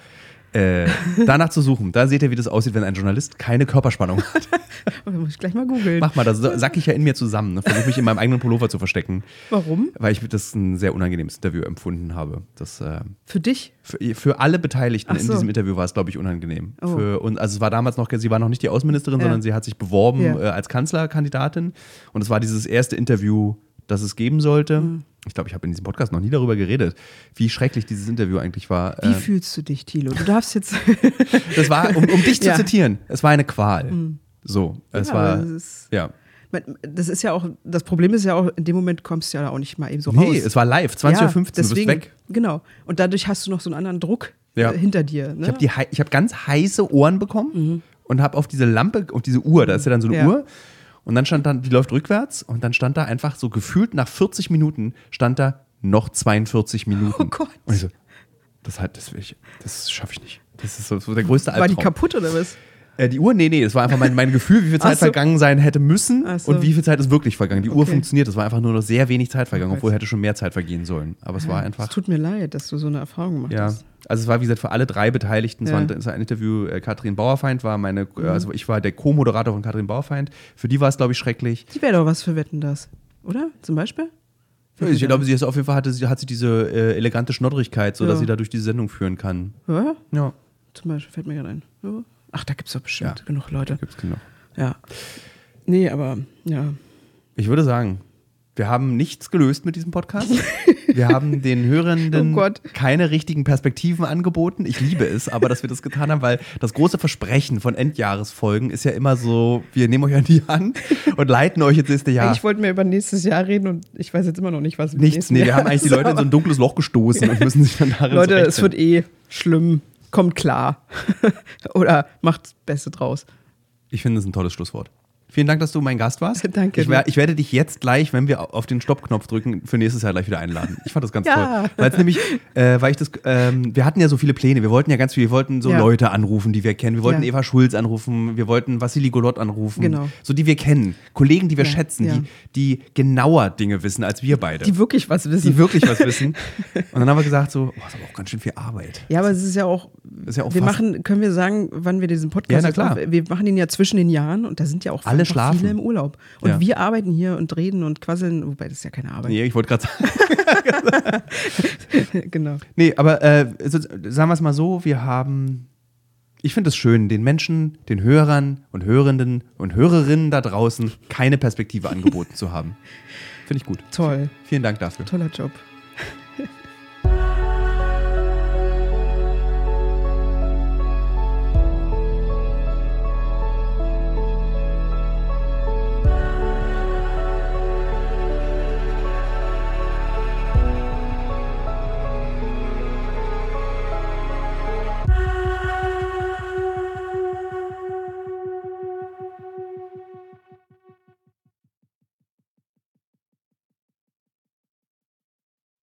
Danach zu suchen. Da seht ihr, wie das aussieht, wenn ein Journalist keine Körperspannung hat. Da muss ich gleich mal googeln. Mach mal, das sack ich ja in mir zusammen. Ne? Versuche mich in meinem eigenen Pullover zu verstecken. Warum? Weil ich das ein sehr unangenehmes Interview empfunden habe. Für dich? Für alle Beteiligten Ach so. in diesem Interview war es, glaube ich, unangenehm. Oh. Also es war damals noch, sie war noch nicht die Außenministerin, sondern sie hat sich beworben als Kanzlerkandidatin. Und es war dieses erste Interview, das es geben sollte. Ich glaube, ich habe in diesem Podcast noch nie darüber geredet, wie schrecklich dieses Interview eigentlich war. Wie fühlst du dich, Thilo? Du darfst jetzt... Das war, um dich zu zitieren, es war eine Qual. So, es war, Das ist ja auch, das Problem ist ja auch, in dem Moment kommst du ja auch nicht mal eben so raus. Nee, es war live, 20:15 Uhr, du bist weg. Genau. Und dadurch hast du noch so einen anderen Druck hinter dir. Ne? Ich habe ganz heiße Ohren bekommen und habe auf diese Lampe, auf diese Uhr, da ist ja dann so eine Uhr, und dann stand da, die läuft rückwärts und dann stand da einfach so gefühlt nach 40 Minuten stand da noch 42 Minuten. Oh Gott. Und ich so, das schaffe ich nicht. Das ist so der größte Albtraum. War die kaputt oder was? Die Uhr, nee, das war einfach mein Gefühl, wie viel Zeit vergangen sein hätte müssen und wie viel Zeit ist wirklich vergangen. Die Uhr funktioniert, es war einfach nur noch sehr wenig Zeit vergangen, obwohl hätte schon mehr Zeit vergehen sollen. Aber es war einfach... Es tut mir leid, dass du so eine Erfahrung gemacht hast. Also es war, wie gesagt, für alle drei Beteiligten, es war ein Interview, Katrin Bauerfeind war also ich war der Co-Moderator von Katrin Bauerfeind. Für die war es, glaube ich, schrecklich. Die wäre doch was für Wetten, das, oder? Zum Beispiel? Ich glaube, sie ist auf jeden Fall hat sie diese elegante Schnoddrigkeit, sodass sie da durch die Sendung führen kann. Ja? Ja. Zum Beispiel fällt mir gerade ein. Ja. Ach, da gibt es doch bestimmt genug Leute. Da gibt es genug. Ja. Nee, aber, Ich würde sagen, wir haben nichts gelöst mit diesem Podcast. Wir haben den Hörenden keine richtigen Perspektiven angeboten. Ich liebe es, aber dass wir das getan haben, weil das große Versprechen von Endjahresfolgen ist ja immer so, wir nehmen euch an die Hand und leiten euch ins nächste Jahr. Ich wollte mir über nächstes Jahr reden und ich weiß jetzt immer noch nicht, was wir Nichts, wir haben eigentlich die Leute in so ein dunkles Loch gestoßen und müssen sich dann darin Leute, es wird schlimm. Kommt klar. Oder macht das Beste draus. Ich finde, das ist ein tolles Schlusswort. Vielen Dank, dass du mein Gast warst. Danke. Ich werde dich jetzt gleich, wenn wir auf den Stoppknopf drücken, für nächstes Jahr gleich wieder einladen. Ich fand das ganz toll. Weil es nämlich, wir hatten ja so viele Pläne. Wir wollten ja ganz viel, wir wollten so Leute anrufen, die wir kennen. Wir wollten Eva Schulz anrufen, wir wollten Vassili Golot anrufen. Genau. So, die wir kennen. Kollegen, die wir schätzen, die genauer Dinge wissen als wir beide. Die wirklich was wissen. Und dann haben wir gesagt so, das ist aber auch ganz schön viel Arbeit. Ja, aber es ist ja auch, können wir sagen, wann wir diesen Podcast wir machen den ja zwischen den Jahren und da sind ja auch alle schlafen. Viele im Urlaub. Und wir arbeiten hier und reden und quasseln, wobei das ist ja keine Arbeit. Nee, ich wollte gerade sagen. Genau. Nee, aber sagen wir es mal so, ich finde es schön, den Menschen, den Hörern und Hörenden und Hörerinnen da draußen keine Perspektive angeboten zu haben. Finde ich gut. Toll. Vielen Dank dafür. Toller Job.